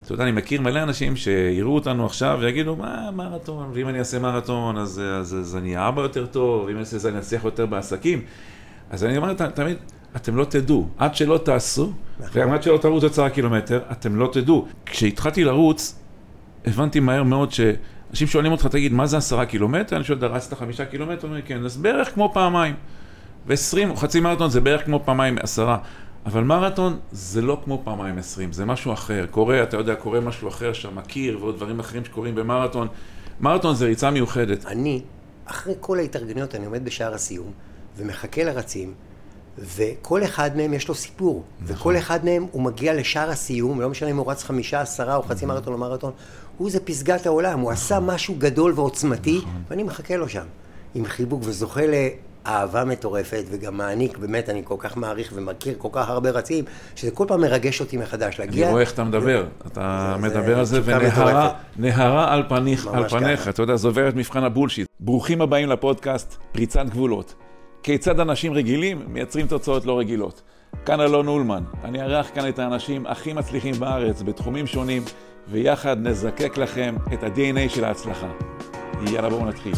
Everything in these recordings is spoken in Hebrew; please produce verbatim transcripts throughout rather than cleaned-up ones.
אתה יודע, אני מכיר מלא אנשים שיראו אותנו עכשיו ויגידו, מה, מרתון, ואם אני אעשה מרתון, אז, אז, אז אני אבא יותר טוב, ואם אני אעשה זה, אני אצליח יותר בעסקים. אז אני אומר, תמיד, אתם לא תדעו, עד שלא תעשו, ועד שלא תרוץ עשרה קילומטר, אתם לא תדעו. כשהתחלתי לרוץ, הבנתי מהר מאוד שאנשים שואלים אותך, תגיד, מה זה עשרה קילומטר? אני שואל, רצת חמישה קילומטר? אומר, כן, אז בערך כמו פעמיים. ועשרים, חצי מרתון זה בערך כמו פעמיים עשרה. אבל מרתון זה לא כמו פעמיים עשרים, זה משהו אחר. קורה, אתה יודע, קורה משהו אחר שם, מכיר ועוד דברים אחרים שקורים במרתון. מרתון זה ריצה מיוחדת. אני, אחרי כל ההתארגנויות, אני עומד בשער הסיום, ומחכה לרצים, וכל אחד מהם יש לו סיפור. נכון. וכל אחד מהם הוא מגיע לשער הסיום, לא משנה אם הוא רץ חמישה, עשרה או חצי מרתון או מרתון, הוא זה פסגת העולם, הוא נכון. עשה משהו גדול ועוצמתי, נכון. ואני מחכה לו שם, עם חיבוק וזוכה ל... אהבה מטורפת, וגם מעניק, באמת, אני כל כך מעריך ומכיר כל כך הרבה רצים, שזה כל פעם מרגש אותי מחדש, להגיע... אני רואה איך אתה מדבר, אתה מדבר על זה, ונהרה על פניך, אתה יודע, זוברת מבחן הבולשיט. ברוכים הבאים לפודקאסט, פריצת גבולות. כיצד אנשים רגילים מייצרים תוצאות לא רגילות. כאן אלון אולמן, אני ארח כאן את האנשים הכי מצליחים בארץ, בתחומים שונים, ויחד נזקק לכם את ה-די אן איי של ההצלחה. יאללה, בואו נתחיל.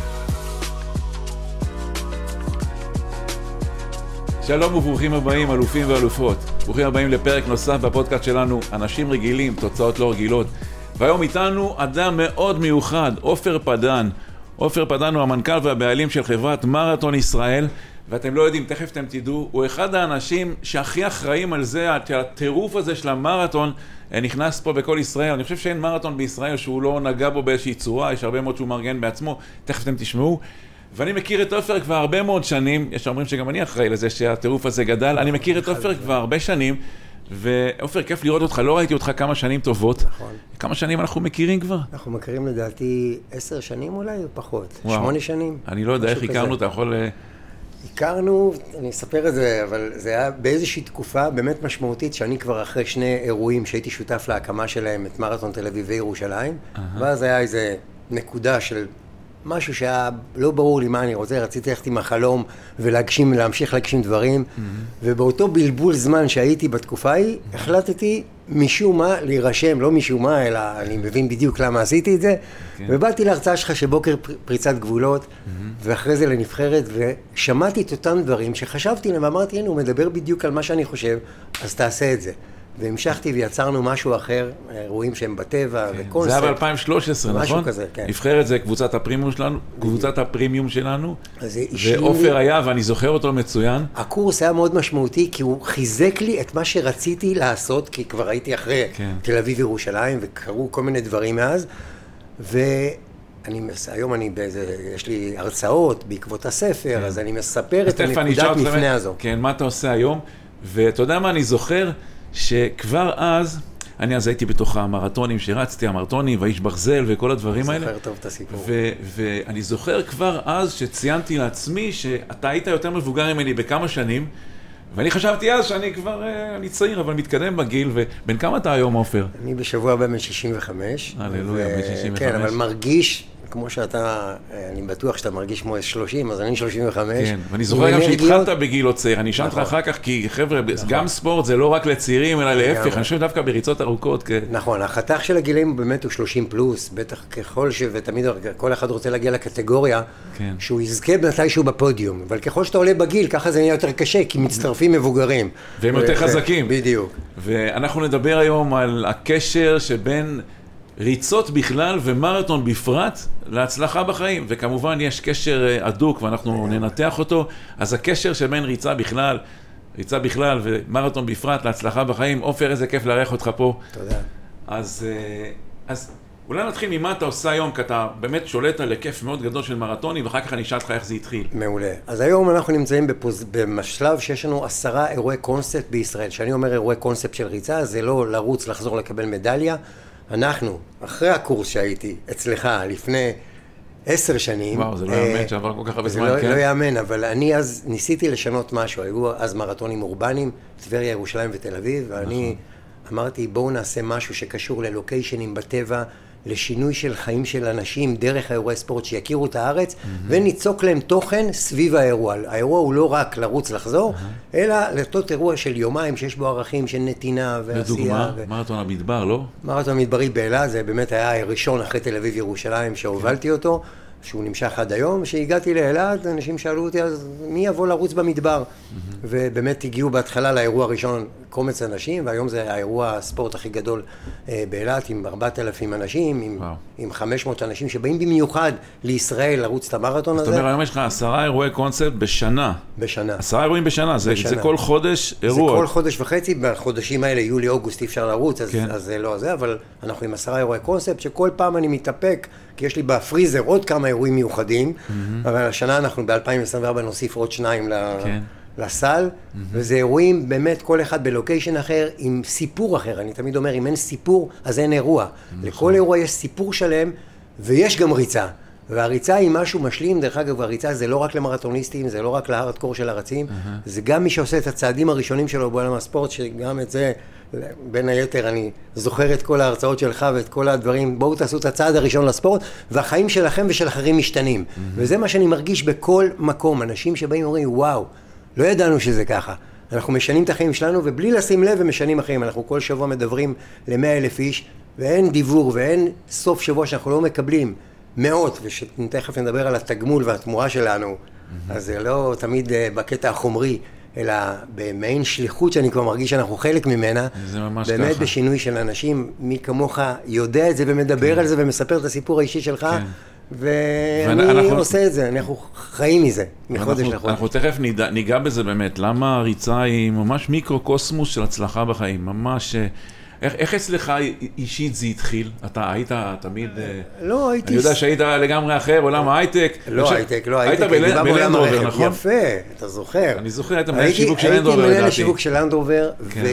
שלום וברוכים הבאים, אלופים ואלופות. ברוכים הבאים לפרק נוסף בפודקאסט שלנו, אנשים רגילים, תוצאות לא רגילות. והיום איתנו אדם מאוד מיוחד, עופר פדן. עופר פדן הוא המנכ"ל והבעלים של חברת מרתון ישראל, ואתם לא יודעים, תכף אתם תדעו, הוא אחד האנשים שהכי אחראים על זה, הטירוף הזה של המרתון נכנס פה בכל ישראל. אני חושב שאין מרתון בישראל שהוא לא נגע בו באיזושהי צורה, יש הרבה מאוד שהוא מארגן בעצמו, תכף אתם תשמעו. ואני מכיר את עופר כבר הרבה מאוד שנים, יש אומרים שגם אני אחראי לזה שהטירוף הזה גדל, אני מכיר את עופר כבר הרבה שנים, ועופר, כיף לראות אותך, לא ראיתי אותך כמה שנים טובות. נכון. כמה שנים אנחנו מכירים כבר? אנחנו מכירים לדעתי עשר שנים אולי, או פחות. שמונה שנים. אני לא יודע איך הכרנו, אתה יכול... הכרנו, אני אספר את זה, אבל זה היה באיזושהי תקופה באמת משמעותית, שאני כבר אחרי שני אירועים שהייתי שותף להקמה שלהם, את מרתון תל אביב וירושלים, ואז היה איזה נקודה של... משהו שהיה לא ברור לי מה אני רוצה, רציתי ללכת עם החלום ולהגשים, להמשיך להגשים דברים, mm-hmm. ובאותו בלבול זמן שהייתי בתקופה ההיא, mm-hmm. החלטתי משום מה להירשם, לא משום מה, אלא אני מבין בדיוק למה עשיתי את זה, okay. ובאתי להרצאה שלך שבוקר פריצת גבולות, mm-hmm. ואחרי זה לנבחרת, ושמעתי את אותם דברים שחשבתי להם, ואמרתי, הנה, הוא מדבר בדיוק על מה שאני חושב, אז תעשה את זה. והמשכתי ויצרנו משהו אחר, אירועים שהם בטבע וקונספט. זה היה ב-אלפיים ושלוש עשרה, נכון? משהו כזה, כן. נבחרת זה קבוצת הפרימיום שלנו, קבוצת הפרימיום שלנו, ועופר היה, ואני זוכר אותו מצוין. הקורס היה מאוד משמעותי, כי הוא חיזק לי את מה שרציתי לעשות, כי כבר הייתי אחרי תל אביב וירושלים, וקרו כל מיני דברים מאז, והיום אני באיזה, יש לי הרצאות בעקבות הספר, אז אני מספר את הנקודת מפנה הזו. כן, מה אתה עושה היום? ואתה יודע מה אני זוכר? שכבר אז, אני אז הייתי בתוך המרתונים שרצתי, המרתונים והאיש ברזל וכל הדברים האלה. אני זוכר טוב את הסיפור. ואני זוכר כבר אז שציינתי לעצמי שאתה היית יותר מבוגר ממני בכמה שנים, ואני חשבתי אז שאני כבר, אני צעיר, אבל מתקדם בגיל, ובין כמה אתה היום, עופר? אני בשבוע הבא בן שישים וחמש. הללויה, בן שישים וחמש. כן, אבל מרגיש... כמו שאתה, אני בטוח שאתה מרגיש כמו שלושים, אז אני שלושים וחמש. כן, ואני זוכר גם שהתחלת בגיל עוד צעיר, אני אשאל אותך אחר כך, כי חבר'ה, גם ספורט זה לא רק לצעירים, אלא להפך, אני חושב דווקא בריצות ארוכות. נכון, החתך של הגילים באמת הוא שלושים פלוס, בטח ככל ש... ותמיד כל אחד רוצה להגיע לקטגוריה, שהוא יזכה מתישהו בפודיום, אבל ככל שאתה עולה בגיל, ככה זה נהיה יותר קשה, כי מצטרפים מבוגרים. והם יותר חזקים. בדיוק. ואנחנו נדבר היום על הקשר שבין ריצות בכלל ומרתון בפרט להצלחה בחיים, וכמובן יש קשר עדוק ואנחנו ננתח אותו. אז הקשר שבין ריצה בכלל, ריצה בכלל ומרתון בפרט להצלחה בחיים. עופר, איזה כיף לארח אותך פה. תודה. אז, אז אולי נתחיל ממה אתה עושה היום, כי אתה באמת שולט על היקף מאוד גדול של מרתונים, ואחר כך אני אשאל אותך איך זה התחיל. מעולה. אז היום אנחנו נמצאים בפוז... במשלב שיש לנו עשרה אירועי קונספט בישראל. שאני אומר אירועי קונספט של ריצה, זה לא לרוץ, לחזור לקבל מדליה. אנחנו, אחרי הקורס שהייתי אצלך לפני עשר שנים... וואו, זה לא יאמן שעבר כל כך הרבה זמן, כן? זה לא יאמן, אבל אני אז ניסיתי לשנות משהו. היו אז מרתונים אורבניים, טבריה, ירושלים ותל אביב, ואני אמרתי, בואו נעשה משהו שקשור ללוקיישנים בטבע, לשינוי של חיים של אנשים דרך האירועי ספורט שיכירו את הארץ, mm-hmm. וניצוק להם תוכן סביב האירוע. האירוע הוא לא רק לרוץ לחזור, mm-hmm. אלא לתות אירוע של יומיים שיש בו ערכים של נתינה ועשייה. לדוגמה, ו... מרתון המדבר, לא? מרתון המדברי באילת, זה באמת היה הראשון אחרי תל אביב ירושלים שהובלתי okay. אותו, שהוא נמשך עד היום. כשהגעתי לאילת, אנשים שאלו אותי, אז מי יבוא לרוץ במדבר? Mm-hmm. ובאמת הגיעו בהתחלה לאירוע הראשון קומץ אנשים, והיום זה האירוע הספורט הכי גדול אה, באילת, עם ארבעת אלפים אנשים, עם, עם חמש מאות אנשים שבאים במיוחד לישראל לרוץ את המרתון הזה. זאת אומרת, היום יש לך עשרה אירועי קונספט בשנה. בשנה. עשרה אירועים בשנה, זה, בשנה. זה כל חודש אירוע. זה כל חודש וחצי, בחודשים האלה, יולי-אוגוסט, אי אפשר לרוץ, אז, כן. אז זה לא זה, אבל אנחנו עם עשרה אירועי קונספט, שכל פעם אני מתאפק, כי יש לי בפריזר עוד כמה אירועים מיוחדים, mm-hmm. אבל השנה אנחנו ב-אלפיים עשרים וארבע נוסיף עוד שניים ל... כן. לסל, mm-hmm. וזה אירועים באמת כל אחד בלוקיישן אחר, עם סיפור אחר. אני תמיד אומר, אם אין סיפור, אז אין אירוע. Mm-hmm. לכל אירוע יש סיפור שלם, ויש גם ריצה. והריצה היא משהו משלים, דרך אגב, הריצה זה לא רק למרתוניסטים, זה לא רק להארדקור של הרצים, mm-hmm. זה גם מי שעושה את הצעדים הראשונים שלו בעולם הספורט, שגם את זה, בין היתר, אני זוכר את כל ההרצאות שלך ואת כל הדברים, בואו תעשו את הצעד הראשון לספורט, והחיים שלכם ושל אחרים משתנים. Mm-hmm. וזה מה שאני מרגיש בכל מקום. אנשים שבאים ואומרים, וואו, לא ידענו שזה ככה. אנחנו משנים את החיים שלנו, ובלי לשים לב, הם משנים החיים. אנחנו כל שבוע מדברים למאה אלף איש, ואין דיבור, ואין סוף שבוע שאנחנו לא מקבלים מאות, ושתכף נדבר על התגמול והתמורה שלנו, mm-hmm. אז זה לא תמיד בקטע החומרי, אלא במעין שליחות שאני כבר מרגיש שאנחנו חלק ממנה. זה ממש באמת ככה. בשינוי של אנשים, מי כמוך יודע את זה ומדבר כן. על זה ומספר את הסיפור האישי שלך, כן. ואני ואנחנו... עושה את זה, אנחנו חיים מזה, מחודש אנחנו, לחודש. אנחנו תכף ניגע, ניגע בזה באמת, למה הריצה היא ממש מיקרו-קוסמוס של הצלחה בחיים, ממש... איך, איך אצלך אישית זה התחיל? אתה היית תמיד... לא, הייתי... אני יודע שהיית לגמרי אחר, עולם ההייטק. לא הייטק, לא הייטק. היית בלנדרובר, נכון? יפה, אתה זוכר. אני זוכר, היית מנהל שיווק של לנדרובר, לדעתי. הייתי מנהל שיווק של לנדרובר,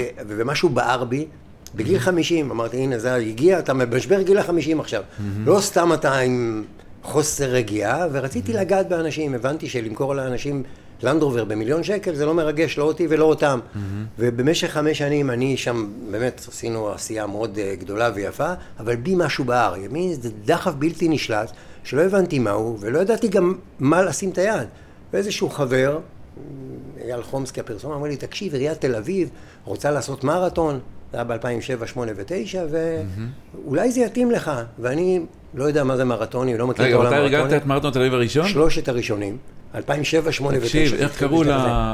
ומשהו בער בי, בגיל חמישים, אמרתי, הנה, זה הגיע, אתה במשבר גיל החמישים עכשיו. לא סתם אתה עם חוסר רגיעה, ורציתי לגעת באנשים, הבנתי שלמכור לאנשים לנדרובר במיליון שקל, זה לא מרגש, לא אותי ולא אותם. Mm-hmm. ובמשך חמש שנים אני שם, באמת עשינו עשייה מאוד uh, גדולה ויפה, אבל בי משהו בער, ימין זה דחף בלתי נשלט, שלא הבנתי מהו, ולא ידעתי גם מה לשים את היד. ואיזשהו חבר, אייל חומסקי הפרסום, אמר לי, תקשיב, עיריית תל אביב רוצה לעשות מרתון, זה היה ב-אלפיים ושבע, שמונה ותשע, ואולי זה יתאים לך. ואני לא יודע מה זה מרתוני, לא מכיר את העולם מרתוני. רגע, אתה הרגעת את מרתון תל אביב הראשון? שלושת הראשונים. אלפיים ושבע, שמונה ותשע. תקשיב, איך קראו לה...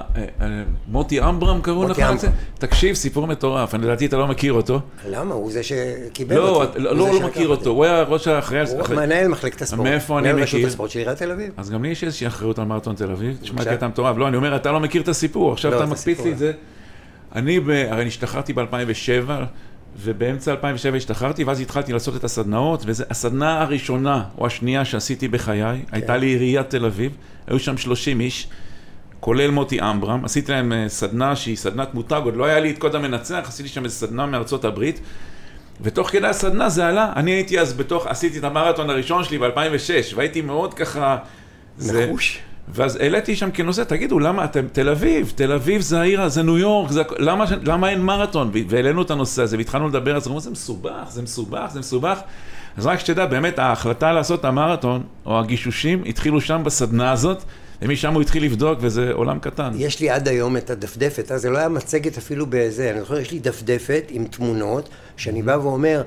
מוטי אמברם קראו לך את זה? תקשיב, סיפור מטורף. אני לדעתי, אתה לא מכיר אותו. למה? הוא זה שקיבל אותי. לא, לא מכיר אותו. הוא היה ראש האחראי... הוא מנהל מחלקת הספורט. מאיפה אני מכיר? מנהל רשות הספורט של עיריית תל אביב. אז גם לי יש איזושהי אחריות על מרתון תל אביב. תשמע, קטע מטורף. לא, אני אומר, אתה לא מכיר את הסיפור. עכשיו אתה מקפיץ לי את זה. אני, הרי נשתחררתי ב-אלפיים ושבע, ובאמצע אלפיים ושבע השתחררתי, ואז התחלתי לעשות את הסדנאות, והסדנה הראשונה או השנייה שעשיתי בחיי, הייתה לי עיריית תל אביב, היו שם שלושים איש, כולל מוטי אמברם, עשיתי להם סדנה שהיא סדנת מותג, עוד לא היה לי את קוד המנצח, עשיתי שם סדנה מארצות הברית, ותוך כדי הסדנה זה עלה, אני הייתי אז בתוך, עשיתי את המרתון הראשון שלי ב-אלפיים ושש, והייתי מאוד ככה... נחוש. ואז העליתי שם כנושא, תגידו, למה אתם, תל אביב, תל אביב זה העיר, זה ניו יורק, זה, למה, למה אין מרתון? והעלינו את הנושא הזה, והתחלנו לדבר, אז אמרו, זה מסובך, זה מסובך, זה מסובך. אז רק שתדע, באמת, ההחלטה לעשות את המרתון, או הגישושים, התחילו שם בסדנה הזאת, ומשם הוא התחיל לבדוק, וזה עולם קטן. יש לי עד היום את הדפדפת, אז זה לא היה מצגת אפילו בזה, אני זוכר, יש לי דפדפת עם תמונות, שאני בא ואומר,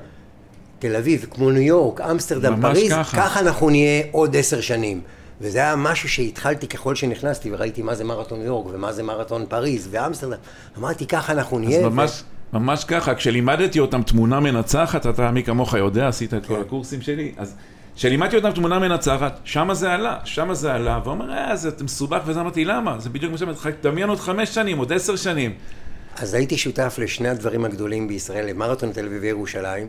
תל אביב, כמו ניו יורק, אמסטרדם, פריז, ככה. ככה אנחנו נהיה עוד עשר שנים. וזה היה משהו שהתחלתי ככל שנכנסתי, וראיתי מה זה מרתון ניו יורק, ומה זה מרתון פריז, ואמסטרדם. אמרתי, ככה אנחנו נהיה. אז ממש, ו... ממש ככה, כשלימדתי אותם תמונה מנצחת, אתה מי כמוך יודע, עשית את כל הקורסים שלי, אז כשלימדתי אותם תמונה מנצחת, שמה זה עלה, שמה זה עלה, ואומר, אה, זה מסובך, וזה אמרתי, למה? זה בדיוק כמו שאתה דמיין עוד חמש שנים, עוד עשר שנים. אז הייתי שותף לשני הדברים הגדולים בישראל, למרתון תל אביב וירושלים,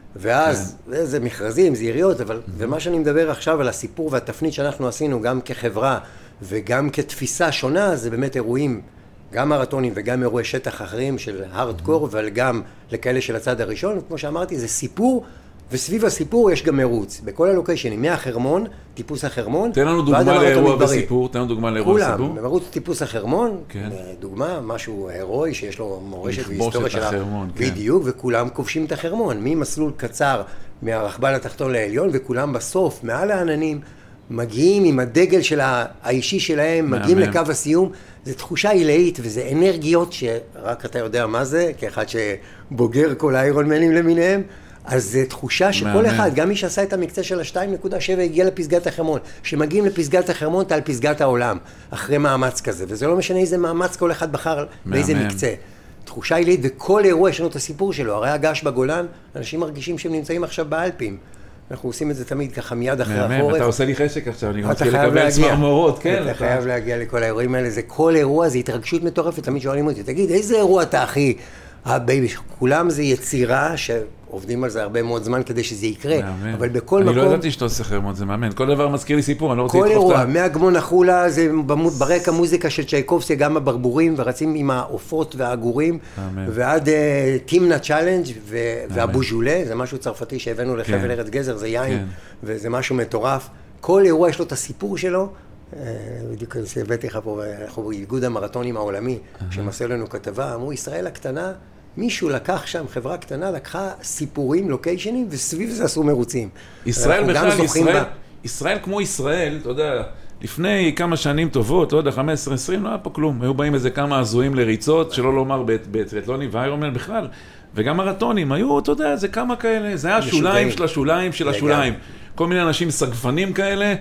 ואז, yeah. זה מכרזים, זה עיריות, אבל, mm-hmm. ומה שאני מדבר עכשיו על הסיפור והתפנית שאנחנו עשינו, גם כחברה וגם כתפיסה שונה, זה באמת אירועים, גם מרתונים וגם אירועי שטח אחרים של הארדקור, mm-hmm. אבל גם לכאלה של הצד הראשון, כמו שאמרתי, זה סיפור וסביב הסיפור יש גם מרוץ. בכל הלוקיישנים, מהחרמון, טיפוס החרמון. תן לנו דוגמה לאירוע בסיפור, תן לנו דוגמה לאירוע בסיפור. כולם, מרוץ טיפוס החרמון, דוגמה, משהו הירואי שיש לו מורשת והיסטוריה שלה. בדיוק, וכולם כובשים את החרמון, ממסלול קצר מהרכבל התחתון לעליון, וכולם בסוף, מעל העננים, מגיעים עם הדגל של האישי שלהם, מגיעים לקו הסיום. זו תחושה עילאית וזה אנרגיות שרק אתה יודע מה זה, כאחד שבוגר כל האיירון מנים למיניהם. אז זו תחושה שכל אחד, גם מי שעשה את המקצה של ה-שתיים נקודה שבע הגיע לפסגת החרמון. שמגיעים לפסגת החרמון, אתה על פסגת העולם, אחרי מאמץ כזה. וזה לא משנה איזה מאמץ כל אחד בחר באיזה מקצה. תחושה עילאית, וכל אירוע יש לנו את הסיפור שלו. הרי הגעש בגולן, אנשים מרגישים שהם נמצאים עכשיו באלפים. אנחנו עושים את זה תמיד ככה מיד אחרי החורף. אתה עושה לי חשק עכשיו, אני מתחיל לקבל צמרמורות, כן. אתה חייב להגיע לכל האירועים האלה, זה כל אירוע, זה התרגשות מטורפת, תמיד שואלים אותי, תגיד, איזה אירוע אתה הכי, הבייבי, כולם זה יצירה שעובדים על זה הרבה מאוד זמן כדי שזה יקרה, אבל בכל מקום... אני לא ידעתי שאתה עושה חרמון, זה מאמן, כל דבר מזכיר לי סיפור, אני לא רוצה לדחוף את זה. כל אירוע, מהגמון החולה, זה ברקע מוזיקה של צ'ייקובסקי, גם הברבורים, ורצים עם העופות והעגורים, ועד טימנה צ'אלנג' ואבו ז'ולה, זה משהו צרפתי שהבאנו לחבל ארץ גזר, זה יין, וזה משהו מטורף. כל אירוע יש לו את הסיפור שלו, בדיוק הבאתי לך פה, אנחנו באיגוד המרתונים העולמי, שמסר לנו כתבה, אמרו, ישראל הקטנה, מישהו לקח שם, חברה קטנה, לקחה סיפורים, לוקיישנים, וסביב זה עשו מרוצים. ישראל בכלל, ישראל, ישראל כמו ישראל, אתה יודע, לפני כמה שנים טובות, לא יודע, חמש עשרה עשרים, לא היה פה כלום. היו באים איזה כמה הזויים לריצות, שלא לומר בטריאטלונים ואיירונמן בכלל, וגם מרתונים, היו, אתה יודע, זה כמה כאלה, זה היה שוליים של השוליים של השוליים. כל מיני אנשים סגפנים כאלה,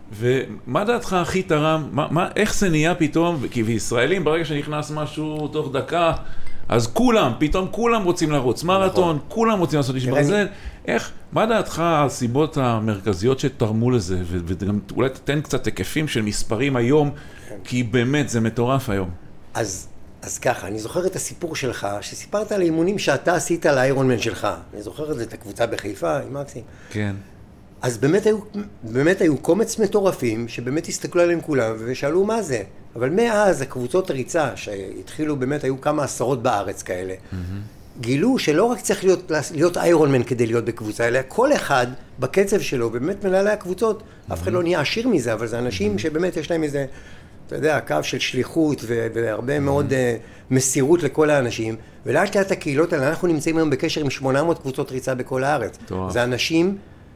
ומה דעתך הכי תרם? מה, מה, איך זה נהיה פתאום? כי בישראלים, ברגע שנכנס משהו תוך דקה, אז כולם, פתאום כולם רוצים לרוץ מרתון, כולם רוצים לעשות איש ברזל. איך, מה דעתך הסיבות המרכזיות שתרמו לזה? וגם אולי תתן קצת היקפים של מספרים היום, כי באמת זה מטורף היום. אז, אז ככה, אני זוכר את הסיפור שלך, שסיפרת על האימונים שאתה עשית על האיירונמן שלך. אני זוכר את זה, את הקבוצה בחיפה, עם מקסים. כן. אז באמת היו, באמת היו קומץ מטורפים, שבאמת הסתכלו עליהם כולם ושאלו מה זה. אבל מאז הקבוצות הריצה שהתחילו, באמת היו כמה עשרות בארץ כאלה, mm-hmm. גילו שלא רק צריך להיות, להיות איירונמן כדי להיות בקבוצה, אלא כל אחד בקצב שלו, באמת מנהלי הקבוצות, mm-hmm. אף אחד לא נהיה עשיר מזה, אבל זה אנשים mm-hmm. שבאמת יש להם איזה, אתה יודע, קו של שליחות ו- והרבה mm-hmm. מאוד uh, מסירות לכל האנשים, ולאט לאט הקהילות האלה, אנחנו נמצאים היום בקשר עם שמונה מאות קבוצות ריצה בכל הארץ. טוב. זה אנשים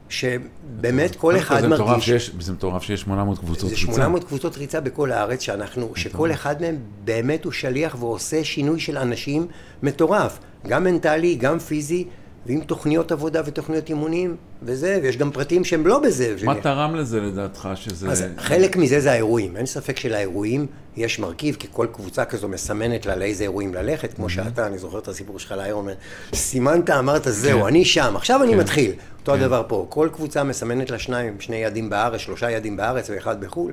שבאמת כל אחד מרגיש... זה מטורף שיש שמונה מאות קבוצות ריצה. זה שמונה מאות קבוצות ריצה בכל הארץ, שאנחנו, שכל אחד מהם באמת הוא שליח ועושה שינוי של אנשים מטורף. גם מנטלי, גם פיזי, ועם תוכניות עבודה ותוכניות אימונים, וזה, ויש גם פרטים שהם לא בזה. מה תרם לזה לדעתך שזה... אז חלק מזה זה האירועים. אין ספק שלאירועים יש מרכיב, כי כל קבוצה כזו מסמנת לה לאיזה אירועים ללכת, כמו שאתה, אני זוכר את הסיפור שלך לאיירונמן, סימנת, אמרת, זהו, אני שם, עכשיו אני מתחיל. אותו הדבר פה, כל קבוצה מסמנת לה שניים, שני יעדים בארץ, שלושה יעדים בארץ ואחד בחול,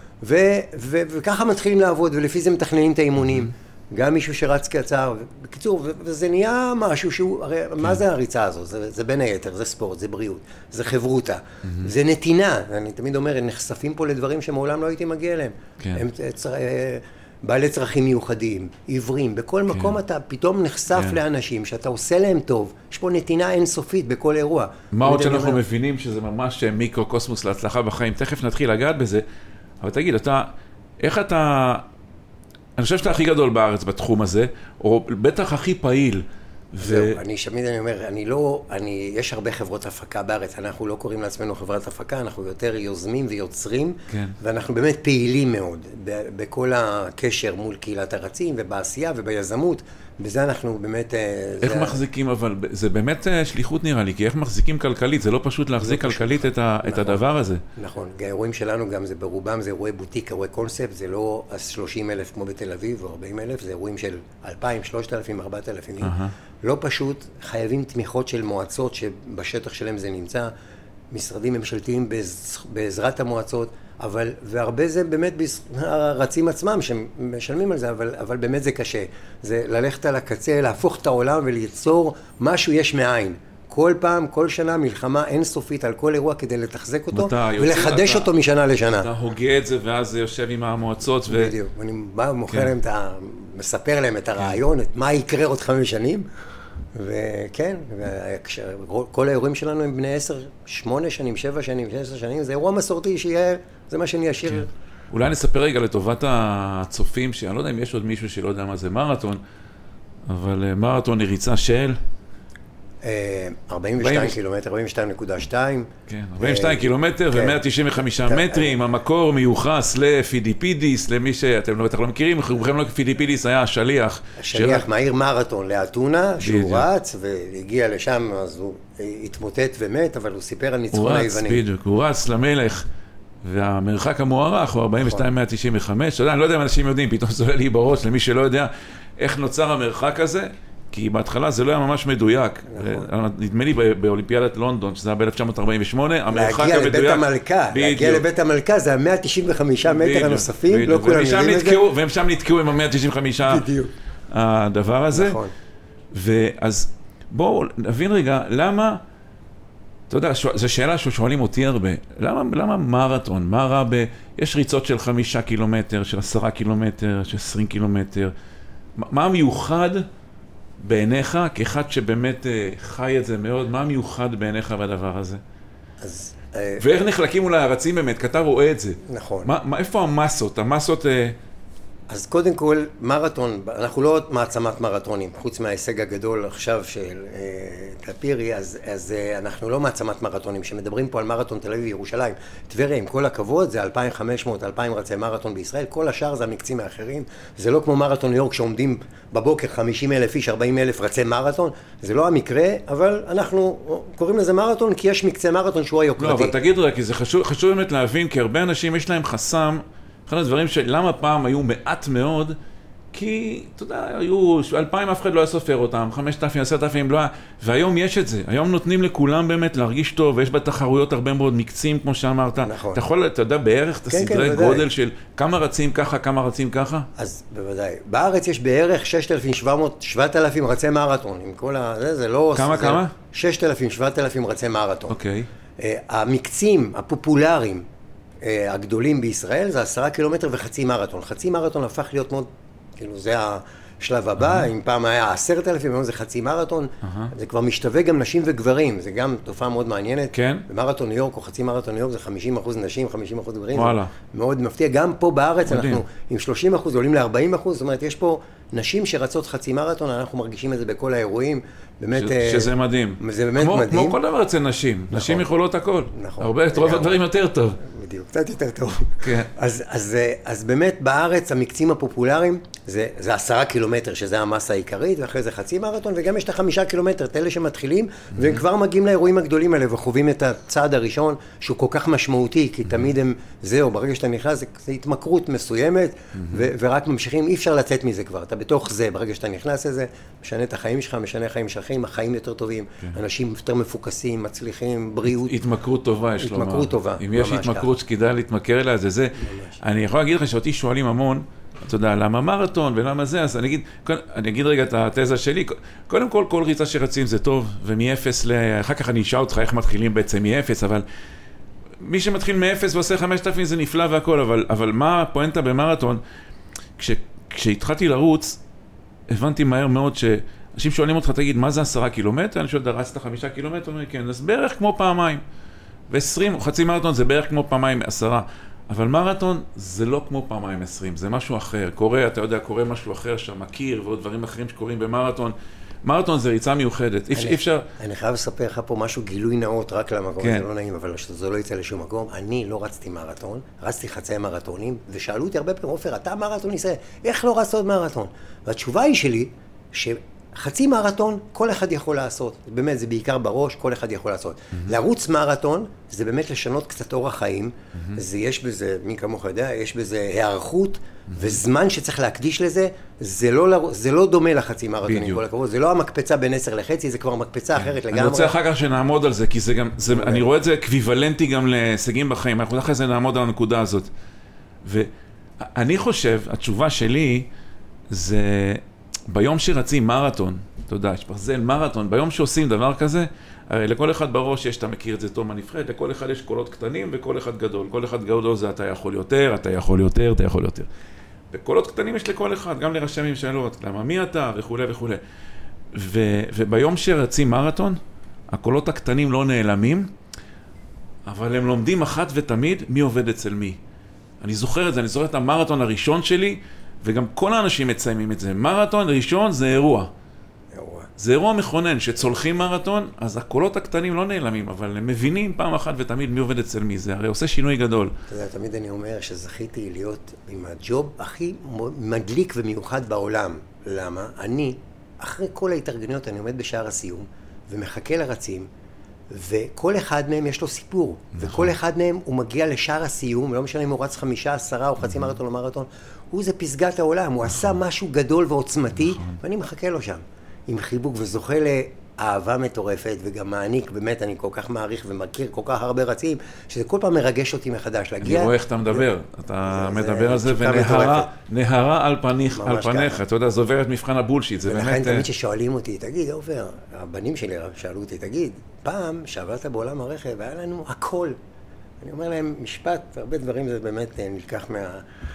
וככה מתחילים לעבוד, ולפי זה מתכננים את האימונים. גם מישהו שרץ קצר, בקיצור, וזה נהיה משהו שהוא, הרי מה זה הריצה הזו? זה, זה בין היתר, זה ספורט, זה בריאות, זה חברותה, mm-hmm. זה נתינה, אני תמיד אומר, הם נחשפים פה לדברים שמעולם לא הייתי מגיע אליהם. כן. הם צר... בעלי צרכים מיוחדים, עיוורים, בכל כן. מקום אתה פתאום נחשף כן. לאנשים שאתה עושה להם טוב, יש פה נתינה אינסופית בכל אירוע. מה עוד שאנחנו אומר... מבינים שזה ממש מיקרו-קוסמוס להצלחה בחיים, תכף נתחיל לגעת בזה, אבל תגיד, אתה, איך אתה... אני חושב שאתה הכי גדול בארץ בתחום הזה, או בטח הכי פעיל. זהו, אני שמיד אני אומר, אני לא, אני, יש הרבה חברות הפקה בארץ, אנחנו לא קוראים לעצמנו חברת הפקה, אנחנו יותר יוזמים ויוצרים, כן. ואנחנו באמת פעילים מאוד, בכל הקשר מול קהילת הרצים, ובעשייה וביזמות, בזה אנחנו באמת... איך זה... מחזיקים, אבל זה באמת שליחות נראה לי, כי איך מחזיקים כלכלית, זה לא פשוט להחזיק כלכלית את, ה... נכון, את הדבר הזה. נכון, האירועים שלנו גם זה ברובם, זה אירועי בוטיק, אירועי קונספט, זה לא שלושים אלף כמו בתל אביב, או ארבעים אלף, זה אירועים של אלפיים, שלושת אלפים, ארבעת אלפים. לא פשוט, חייבים תמיכות של מועצות שבשטח שלהם זה נמצא, משרדים ממשלתיים בעזרת המועצות, אבל, והרבה זה באמת הרצים עצמם שמשלמים על זה, אבל, אבל באמת זה קשה. זה ללכת על הקצה, להפוך את העולם וליצור משהו יש מאין. כל פעם, כל שנה, מלחמה אינסופית על כל אירוע כדי לתחזק אותו, ולחדש אתה, אותו משנה לשנה. אתה הוגה את זה, ואז זה יושב עם המועצות. ו... בדיוק. אני בא ומוכר כן. להם את ה... מספר להם את הרעיון, כן. את מה יקרה עוד חמש שנים, וכן, כל האירועים שלנו הם בני עשר, שמונה שנים, שבע שנים, עשר שנים, זה אירוע מסורתי שיהיה, זה מה שאני אשאיר. כן. אולי נספר רגע לטובת הצופים, שאני לא יודע אם יש עוד מישהו שלא יודע מה זה מרתון, אבל מרתון היא ריצה של... ארבעים ושתיים קילומטר, ארבעים ושתיים נקודה שתיים. כן, ארבעים ושתיים קילומטר ו-מאה תשעים וחמישה מטרים, המקור מיוחס לפיליפידיס, למי שאתם לא מכירים, רובכם לא פיליפידיס היה השליח. השליח מהעיר מרתון לאתונה, שהוא רץ והגיע לשם, אז הוא התמוטט ומת, אבל הוא סיפר על ניצחון היווני. הוא רץ, בדיוק, הוא רץ למלך, והמרחק המוערך הוא ארבעים ושתיים מאה תשעים וחמש. אני לא יודע אם אנשים יודעים, פתאום זה עולה לי בראש, למי שלא יודע איך נוצר המרחק הזה. כי בהתחלה זה לא היה ממש מדויק. נדמה לי באולימפיאדת לונדון, שזה היה ב-אלף תשע מאות ארבעים ושמונה, המרחק המדויק... להגיע לבית המלכה, להגיע לבית המלכה, זה ה-מאה תשעים וחמישה מטר הנוספים, לא כולם יודעים את זה. והם שם נתקעו עם ה-מאה תשעים וחמישה הדבר הזה. נכון. ואז בואו נבין רגע, למה, אתה יודע, זו שאלה ששואלים אותי הרבה, למה מרתון? מה רע ב... יש ריצות של חמישה קילומטר, של עשרה קילומטר, של עשרים קילומטר. מה המיוחד בעיניך, כאחד שבאמת חי את זה מאוד, מה מיוחד בעיניך בדבר הזה? אז... ואיך נחלקים אולי הרצים באמת, כי אתה רואה את זה. נכון. מה, איפה המסות? המסות... אז קודם כל, מרתון, אנחנו לא מעצמת מרתונים, חוץ מההישג הגדול עכשיו של טפירי, אז, אז אנחנו לא מעצמת מרתונים, שמדברים פה על מרתון תל אביב וירושלים. טבריה, עם כל הכבוד, זה אלפיים וחמש מאות, אלפיים רצי מרתון בישראל, כל השאר זה המקצים האחרים, זה לא כמו מרתון ניו יורק שעומדים בבוקר חמישים אלף איש, ארבעים אלף רצי מרתון, זה לא המקרה, אבל אנחנו קוראים לזה מרתון, כי יש מקצה מרתון שהוא היוקרתי. לא, אבל תגיד רק, כי זה חשוב, חשוב באמת להבין, כי הרבה אנשים יש להם חסם, אחד הדברים שלמה פעם היו מעט מאוד, כי, אתה יודע, היו אלפיים, אף אחד לא היה סופר אותם, חמשת אלפים, עשרת אלפים, לא היה, והיום יש את זה, היום נותנים לכולם באמת להרגיש טוב, ויש בתחרויות הרבה מאוד מקצים, כמו שאמרת. נכון. אתה יכול, אתה יודע, בערך את הסדרי כן, כן, גודל של כמה רצים ככה, כמה רצים ככה? אז בוודאי. בארץ יש בערך ששת אלפים שבע מאות, שבעת אלפים רצי מרתון, עם כל ה... זה, זה לא... כמה, זה, כמה? ששת אלפים, שבעת אלפים רצי מרתון. אוקיי. Uh, המקצים הפופולריים, הגדולים בישראל זה עשרה קילומטר וחצי מרתון. חצי מרתון הפך להיות מאוד, כאילו זה השלב הבא, אם פעם היה עשרת אלפים, היום זה חצי מרתון, זה כבר משתווה גם נשים וגברים, זה גם תופעה מאוד מעניינת. כן. במרתון ניו יורק או חצי מרתון ניו יורק זה חמישים אחוז נשים, חמישים אחוז גברים. וואלה. מאוד מפתיע. גם פה בארץ אנחנו עם שלושים אחוז עולים ל-ארבעים אחוז, זאת אומרת יש פה נשים שרצות חצי מרתון, אנחנו מרגישים את זה בכל האירועים. באמת, שזה מדהים. זה באמת כמו, מדהים. כמו כל דבר אצל נשים. נכון. נשים יכולות הכל. נכון. הרבה, רוב הדברים יותר טוב. בדיוק, קצת יותר טוב. כן. אז, אז, אז באמת בארץ המקצים הפופולריים זה, זה עשרה קילומטר, שזה המסה העיקרית, ואחרי זה חצי מרתון, וגם יש את החמישה קילומטר, את אלה שמתחילים, mm-hmm. והם כבר מגיעים לאירועים הגדולים האלה, וחווים את הצעד הראשון, שהוא כל כך משמעותי, כי mm-hmm. תמיד הם, זהו, ברגע שאתה נכנס, זה, זה התמכרות מסוימת, mm-hmm. ו, ורק ממשיכים, אי אפשר לצאת מזה כבר, אתה בתוך זה, ברגע שאתה נכנס לזה, משנה את החיים שלך, משנה חיים של החיים, החיים יותר טובים, כן. אנשים יותר מפוקסים, מצליחים, בריאות. התמכרות טובה, יש לומר. התמכרות טובה. אם יש התמכרות שכדאי להתמכר אליה, זה זה. אני יכול להגיד לך שאותי שואלים המון, אתה יודע, למה מרתון ולמה זה, אז אני אגיד, אני אגיד רגע את התזה שלי, קודם כל, כל ריצה שרצים זה טוב, ומאפס ל... אחר כך אני אשאל אותך איך מתחילים בעצם מאפס, אבל מי שמתחיל מאפס ועושה חמשת אלפים זה נפלא והכל, אבל, אבל מה הפואנטה במרתון? כש, כשהתחלתי לרוץ, הבנתי מהר מאוד שאנשים שואלים אותך, תגיד, מה זה עשרה קילומטר? אני שואל, רצת חמישה קילומטר? אומר, כן, אז בערך כמו פעמיים. ועשרים, חצי מרתון זה בערך כמו פעמיים עשרה. אבל מרתון זה לא כמו פעמיים עשרים, זה משהו אחר. קורה, אתה יודע, קורה משהו אחר שם, מכיר ועוד דברים אחרים שקורים במרתון. מרתון זה ריצה מיוחדת, אי אפשר... אני חייב לספר לך פה משהו גילוי נאות רק למקום, זה לא נעים, אבל זה לא יצא לשום מקום. אני לא רצתי מרתון, רצתי חצי מרתונים, ושאלו אותי הרבה פעמים, עופר, אתה מרתון ישראל, איך לא רצת עוד מרתון? והתשובה היא שלי, שחצי מרתון כל אחד יכול לעשות. באמת, זה בעיקר בראש, כל אחד יכול לעשות. לרוץ מרתון, זה באמת לשנות קצת אורח חיים, זה יש בזה, מי כמוך יודע, יש בזה הערכות, וזמן שצריך להקדיש לזה, זה לא, זה לא דומה לחצי מרתון, עם כל הכבוד. זה לא המקפצה בין עשר לחצי, זה כבר מקפצה אחרת לגמרי. אני רוצה אחר כך שנעמוד על זה, כי זה גם, זה, אני רואה את זה אקוויוולנטי גם להישגים בחיים. אנחנו אחרי זה נעמוד על הנקודה הזאת. ואני חושב, התשובה שלי, זה ביום שרצים מרתון, אתה יודע, שפרזל מרתון, ביום שעושים דבר כזה, הרי לכל אחד בראש יש, אתה מכיר את זה טוב הנבחרת, לכל אחד יש קולות קטנים וכל אחד גדול. כל אחד גדול זה אתה יכול יותר, אתה יכול יותר, אתה יכול יותר. וקולות קטנים יש לכל אחד, גם לרשמים שאלות, למה מי אתה וכו' וכו'. ו- וביום שרצים מרתון, הקולות הקטנים לא נעלמים, אבל הם לומדים אחת ותמיד מי עובד אצל מי. אני זוכר את זה, אני זוכר את המרתון הראשון שלי, וגם כל האנשים מציימים את זה. מרתון ראשון זה אירוע. אירוע. זה אירוע מכונן, שצולחים מרתון, אז הקולות הקטנים לא נעלמים, אבל הם מבינים פעם אחת ותמיד מי עובד אצל מי. זה הרי עושה שינוי גדול. אתה יודע, תמיד אני אומר שזכיתי להיות עם הג'וב הכי מדליק ומיוחד בעולם. למה? אני, אחרי כל ההתארגנויות, אני עומד בשער הסיום, ומחכה לרצים, וכל אחד מהם יש לו סיפור, נכון. וכל אחד מהם הוא מגיע לשער הסיום, לא משנה אם הוא רץ חמישה, עשרה או חצי מרתון או מרתון, הוא זה פסגת העולם, הוא עשה משהו גדול ועוצמתי, נכון. ואני מחכה לו שם, עם חיבוק וזוכה לאהבה מטורפת, וגם מעניק, באמת אני כל כך מעריך ומכיר כל כך הרבה רצים, שזה כל פעם מרגש אותי מחדש, להגיע... אני רואה איך אתה מדבר, אתה מדבר על זה, ונהרה על פניך, אתה יודע, זה עובר את מבחן הבולשיט, זה באמת... ולכן תמיד ששואלים אותי, תגיד, עובר, הבנים שלי שאלו אותי, תגיד, פעם שעבדת בעולם הרכב, היה לנו הכל. אני אומר להם, משפט, הרבה דברים זה באמת נלקח מה...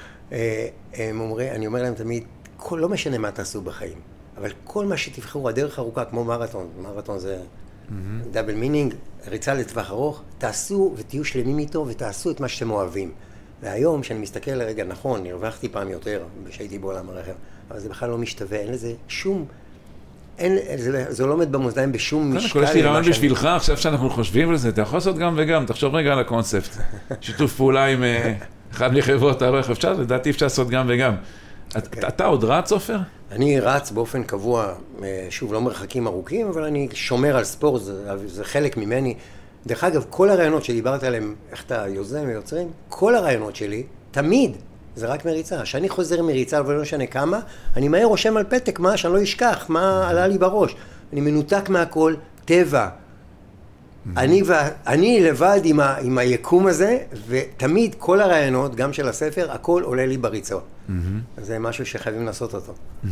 הם אומרים, אני אומר להם תמיד, לא משנה מה תעשו בחיים, אבל כל מה שתבחרו, הדרך ארוכה, כמו מרתון, מרתון זה דאבל מינינג, ריצה לטווח ארוך, תעשו ותהיו שלמים איתו ותעשו את מה שאתם אוהבים. והיום, כשאני מסתכל לרגע, נכון, הרווחתי פעם יותר כשהייתי בעולם הרכב, אבל זה בכלל לא משתווה, אין לזה שום... אין, זה, זה לא עומד במאזניים בשום משקל. כל יש לי רעיון בשבילך, עכשיו שאנחנו חושבים על זה, אתה יכול לעשות גם וגם, תחשוב רגע על הקונספט. שיתוף פעולה עם אחד מחברות הרכב, אפשר, לדעתי אפשר לעשות גם וגם. אתה עוד רץ, עופר? אני רץ באופן קבוע, שוב, לא מרחקים ארוכים, אבל אני שומר על ספורט, זה חלק ממני. דרך אגב, כל הרעיונות שדיברת עליהם, איך אתה יוזם ויוצרים, כל הרעיונות שלי, תמיד, זה רק מריצה. כשאני חוזר מריצה, ולא משנה כמה, אני מהר רושם על פתק מה, שאני לא אשכח, מה עלה לי בראש. אני מנותק מהכל, טבע. אני, ו... אני לבד עם, ה... עם היקום הזה, ותמיד כל הרעיונות, גם של הספר, הכל עולה לי בריצות. אז זה משהו שחייבים לעשות אותו.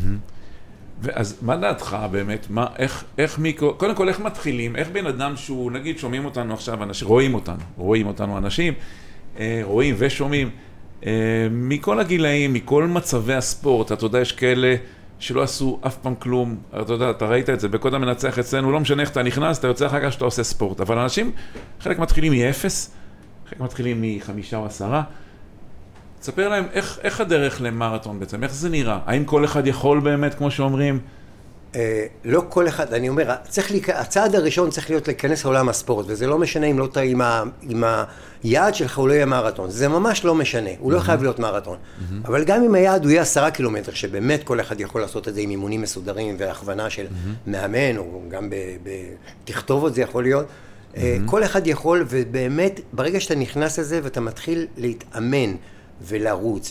ואז מה דעתך באמת? מה, איך, איך מיקו, קודם כל, איך מתחילים? איך בן אדם שהוא, נגיד, שומעים אותנו עכשיו, אנשים, רואים אותנו, רואים אותנו אנשים, רואים ושומעים, מכל הגילאים, מכל מצבי הספורט, אתה יודע, יש כאלה שלא עשו אף פעם כלום, אתה יודע, אתה ראית את זה, בקוד המנצח אצלנו, לא משנה איך אתה נכנס, אתה יוצא אחר כך שאתה עושה ספורט, אבל אנשים, חלק מתחילים מאפס, חלק מתחילים מחמישה או עשרה, תספר להם איך, איך הדרך למרתון בעצם, איך זה נראה? האם כל אחד יכול באמת, כמו שאומרים? אה, לא כל אחד, אני אומר, צריך לי, הצעד הראשון צריך להיות להיכנס לעולם הספורט, וזה לא משנה אם לא תהיה עם, ה, עם היעד שלך, הוא לא יהיה מרתון. זה ממש לא משנה, הוא לא חייב להיות מרתון. אבל גם אם היעד הוא יהיה עשרה קילומטר, שבאמת כל אחד יכול לעשות את זה עם אימונים מסודרים, והכוונה של מאמן, או גם בתכתובות זה יכול להיות, כל אחד יכול, ובאמת, ברגע שאתה נכנס לזה ואתה מתחיל להתאמן, ולרוץ,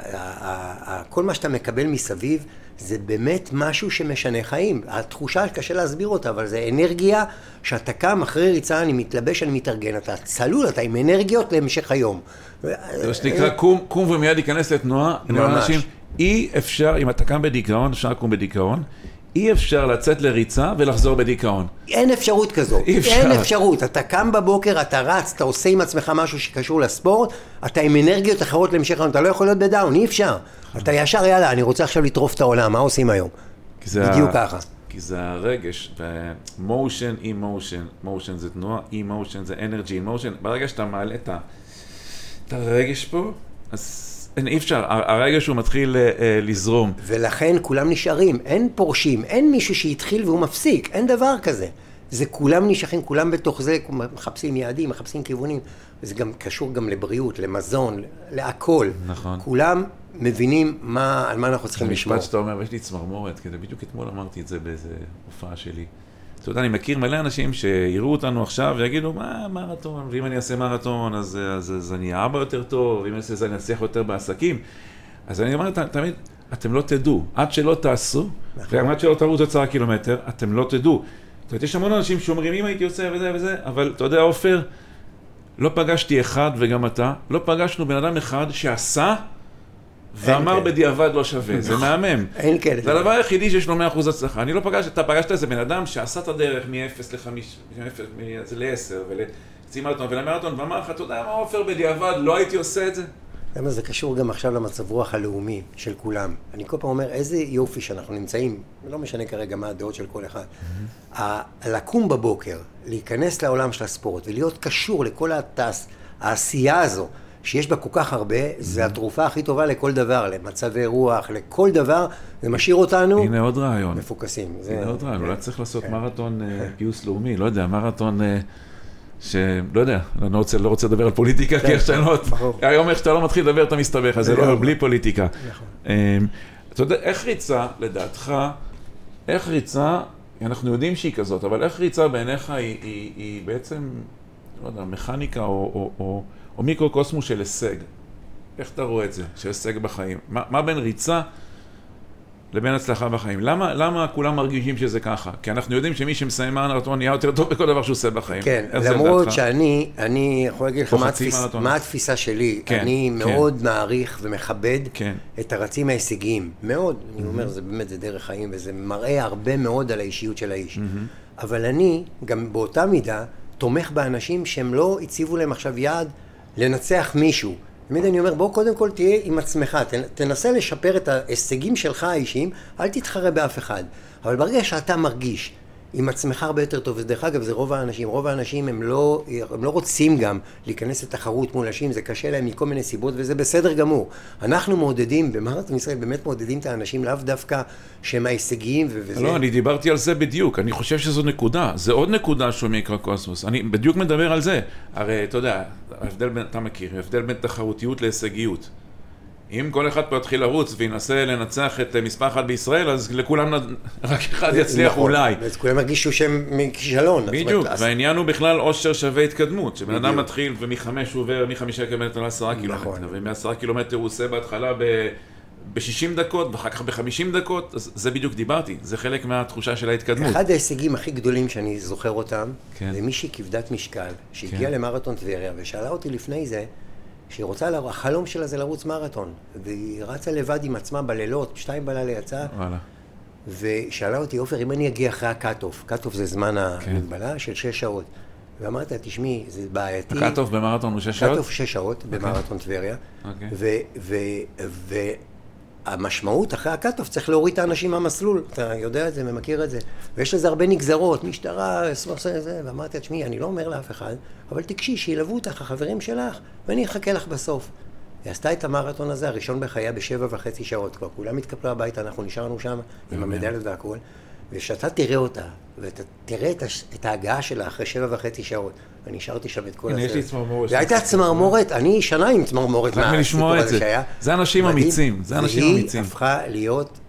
וכל מה שאתה מקבל מסביב, זה באמת משהו שמשנה חיים. התחושה קשה להסביר אותה, אבל זה אנרגיה שאתה קם אחרי ריצה, אני מתלבש, אני מתארגן, אתה צלול, אתה עם אנרגיות להמשך היום. זה שנקרא, קום, קום ומיד ייכנס לתנועה. ממש. אי אפשר, אם אתה קם בדיכאון, אפשר לקום בדיכאון, אי אפשר לצאת לריצה ולחזור בדיכאון. אין אפשרות כזאת. אי אפשר. אין אפשרות. אתה קם בבוקר, אתה רץ, אתה עושה עם עצמך משהו שקשור לספורט, אתה עם אנרגיות אחרות להמשך היום, אתה לא יכול להיות בדאון, אי אפשר. אתה ישר, יאללה, אני רוצה עכשיו לטרוף את העולם, מה עושים היום? בדיוק ככה. כי זה הרגש, motion, emotion, motion זה תנועה, emotion זה energy, emotion, ברגע שאתה מעלה את הרגש פה, אז אי אפשר, הרגע שהוא מתחיל לזרום. ולכן כולם נשארים, אין פורשים, אין מישהו שהתחיל והוא מפסיק, אין דבר כזה. זה כולם נשארים, כולם בתוך זה, מחפשים יעדים, מחפשים כיוונים. וזה גם קשור גם לבריאות, למזון, להכל. נכון. כולם מבינים מה, על מה אנחנו צריכים לשמור. המשפט שאתה אומר, יש לי צמרמורת, כי בדיוק אתמול אמרתי את זה באיזה הופעה שלי. אתה יודע, אני מכיר מלא אנשים שיראו אותנו עכשיו ויגידו, מה מרתון? ואם אני אעשה מרתון, אז, אז, אז אני אבא יותר טוב, ואם אני אעשה זה, אני אצליח יותר בעסקים. אז אני אומר, תמיד, אתם לא תדעו. עד שלא תעשו, וגם עד שלא תעברו את עשרה קילומטר, אתם לא תדעו. זאת אומרת, יש המון אנשים שאומרים, אם הייתי עושה וזה וזה, אבל אתה יודע, עופר, לא פגשתי אחד וגם אתה, לא פגשנו בן אדם אחד שעשה, ואמר בדיעבד לא שווה, זה מהמם. אין כאלה. זה הדבר היחידי שיש לו מאה אחוז הצלחה. אני לא פגש, אתה פגשת איזה בן אדם שעשה את הדרך מ-אפס ל-חמש, ל-עשר ולצי מרתון ולמרתון, ואמר לך, אתה יודע מה, עופר, בדיעבד לא הייתי עושה את זה? למה זה קשור גם עכשיו למצב רוח הלאומי של כולם. אני כל פעם אומר, איזה יופי שאנחנו נמצאים, לא משנה כרגע מה הדעות של כל אחד. Mm-hmm. לקום בבוקר, להיכנס לעולם של הספורט ולהיות קשור לכל התעש, העשייה הזו, שיש בה כל כך הרבה, mm-hmm. זה התרופה הכי טובה לכל דבר, למצבי רוח, לכל דבר, זה משאיר אותנו... הנה עוד רעיון. מפוקסים. הנה זה... עוד רעיון, אולי צריך לעשות כן. מרתון uh, פיוס לאומי, לא יודע, מרתון... Uh... שלא יודע, אני לא רוצה, לא רוצה לדבר על פוליטיקה, כי השתנות, היום איך שאתה לא מתחיל לדבר, אתה מסתבך, אז זה לא, בלי פוליטיקה. אתה יודע, איך ריצה, לדעתך, איך ריצה, אנחנו יודעים שהיא כזאת, אבל איך ריצה בעיניך היא בעצם, לא יודע, מכניקה או מיקרוקוסמוס של הישג? איך אתה רואה את זה, של הישג בחיים? מה בין ריצה לבין הצלחה בחיים? למה, למה כולם מרגישים שזה ככה? כי אנחנו יודעים שמי שמסיים מרתון נהיה יותר טוב בכל דבר שהוא עושה בחיים. כן, למרות שאני, אני יכול להגיד לך מה, התפיס, מה התפיסה שלי. כן, אני כן. מאוד מעריך ומכבד כן. את הרצים ההישגיים. מאוד. Mm-hmm. אני אומר, זה באמת, זה דרך חיים, וזה מראה הרבה מאוד על האישיות של האיש. Mm-hmm. אבל אני, גם באותה מידה, תומך באנשים שהם לא הציבו להם עכשיו יעד לנצח מישהו. תמיד אני אומר, בוא קודם כל תהיה עם עצמך, תנסה לשפר את ההישגים שלך האישיים, אל תתחרה באף אחד. אבל ברגע שאתה מרגיש עם עצמך הרבה יותר טוב, ודרך אגב זה רוב האנשים, רוב האנשים הם לא, הם לא רוצים גם להיכנס לתחרות מול אנשים, זה קשה להם מכל מיני סיבות וזה בסדר גמור. אנחנו מעודדים, במרתון ישראל באמת מעודדים את האנשים לאו דווקא שהם ההישגיים וזה. לא, אני דיברתי על זה בדיוק, אני חושב שזו נקודה, זה עוד נקודה שהוא מיקרוקוסמוס, אני בדיוק מדבר על זה. הרי אתה יודע, ההבדל בין, אתה מכיר, ההבדל בין תחרותיות להישגיות. אם כל אחד פה יתחיל לרוץ וינסה לנצח את מספר אחד בישראל, אז לכולם רק אחד יצליח אולי. אז כולם הרגישו שהם מכישלון. בדיוק, והעניין הוא בכלל עושר שווה התקדמות, שבן אדם מתחיל ומחמש הוא עובר מחמישה קילומטר לעשרה קילומטר, ומעשרה קילומטר הוא עושה בהתחלה ב-שישים דקות, ואחר כך ב-חמישים דקות, זה בדיוק דיברתי, זה חלק מהתחושה של ההתקדמות. אחד ההישגים הכי גדולים שאני זוכר אותם, זה מישהי כבדת משקל, שהגיעה למרתון טבריה, ושאלה אותי לפני זה, שהיא רוצה, החלום שלה זה לרוץ מרתון, והיא רצה לבד עם עצמה בלילות, שתיים בלילה יצאה, ושאלה אותי, אופר, אם אני אגיע אחרי הקאט-אוף, קאט-אוף זה זמן המגבלה של שש שעות, ואמרת, תשמעי, זה בעייתי. הקאט-אוף במרתון הוא שש שעות? קאט-אוף שש שעות במרתון טבריה, והמשמעות אחרי הקאט-אוף צריך להוריד את האנשים מהמסלול, אתה יודע את זה, ממכיר את זה, ויש לזה הרבה נגזרות, משטרה, סמכסה, זה, ואמרתי, תשמעי, אני לא אומר לאף אחד, אבל תקשי, שילבו אותך, החברים שלך, ואני אחכה לך בסוף. היא עשתה את המרתון הזה, הראשון בחייה בשבע וחצי שעות, כבר כולם התקפלו הביתה, אנחנו נשארנו שם עם המדליות והכל, ושאתה תראה אותה, ואתה תראה את ההגעה שלה אחרי שבע וחצי שעות, ואני נשארתי שם את כל הסרט. הנה, יש לי צמרמורת. והייתה צמרמורת, אני שנה עם צמרמורת מהסיפור הזה שהיה. זה אנשים אמיצים, זה אנשים אמיצים. והיא הפכה להיות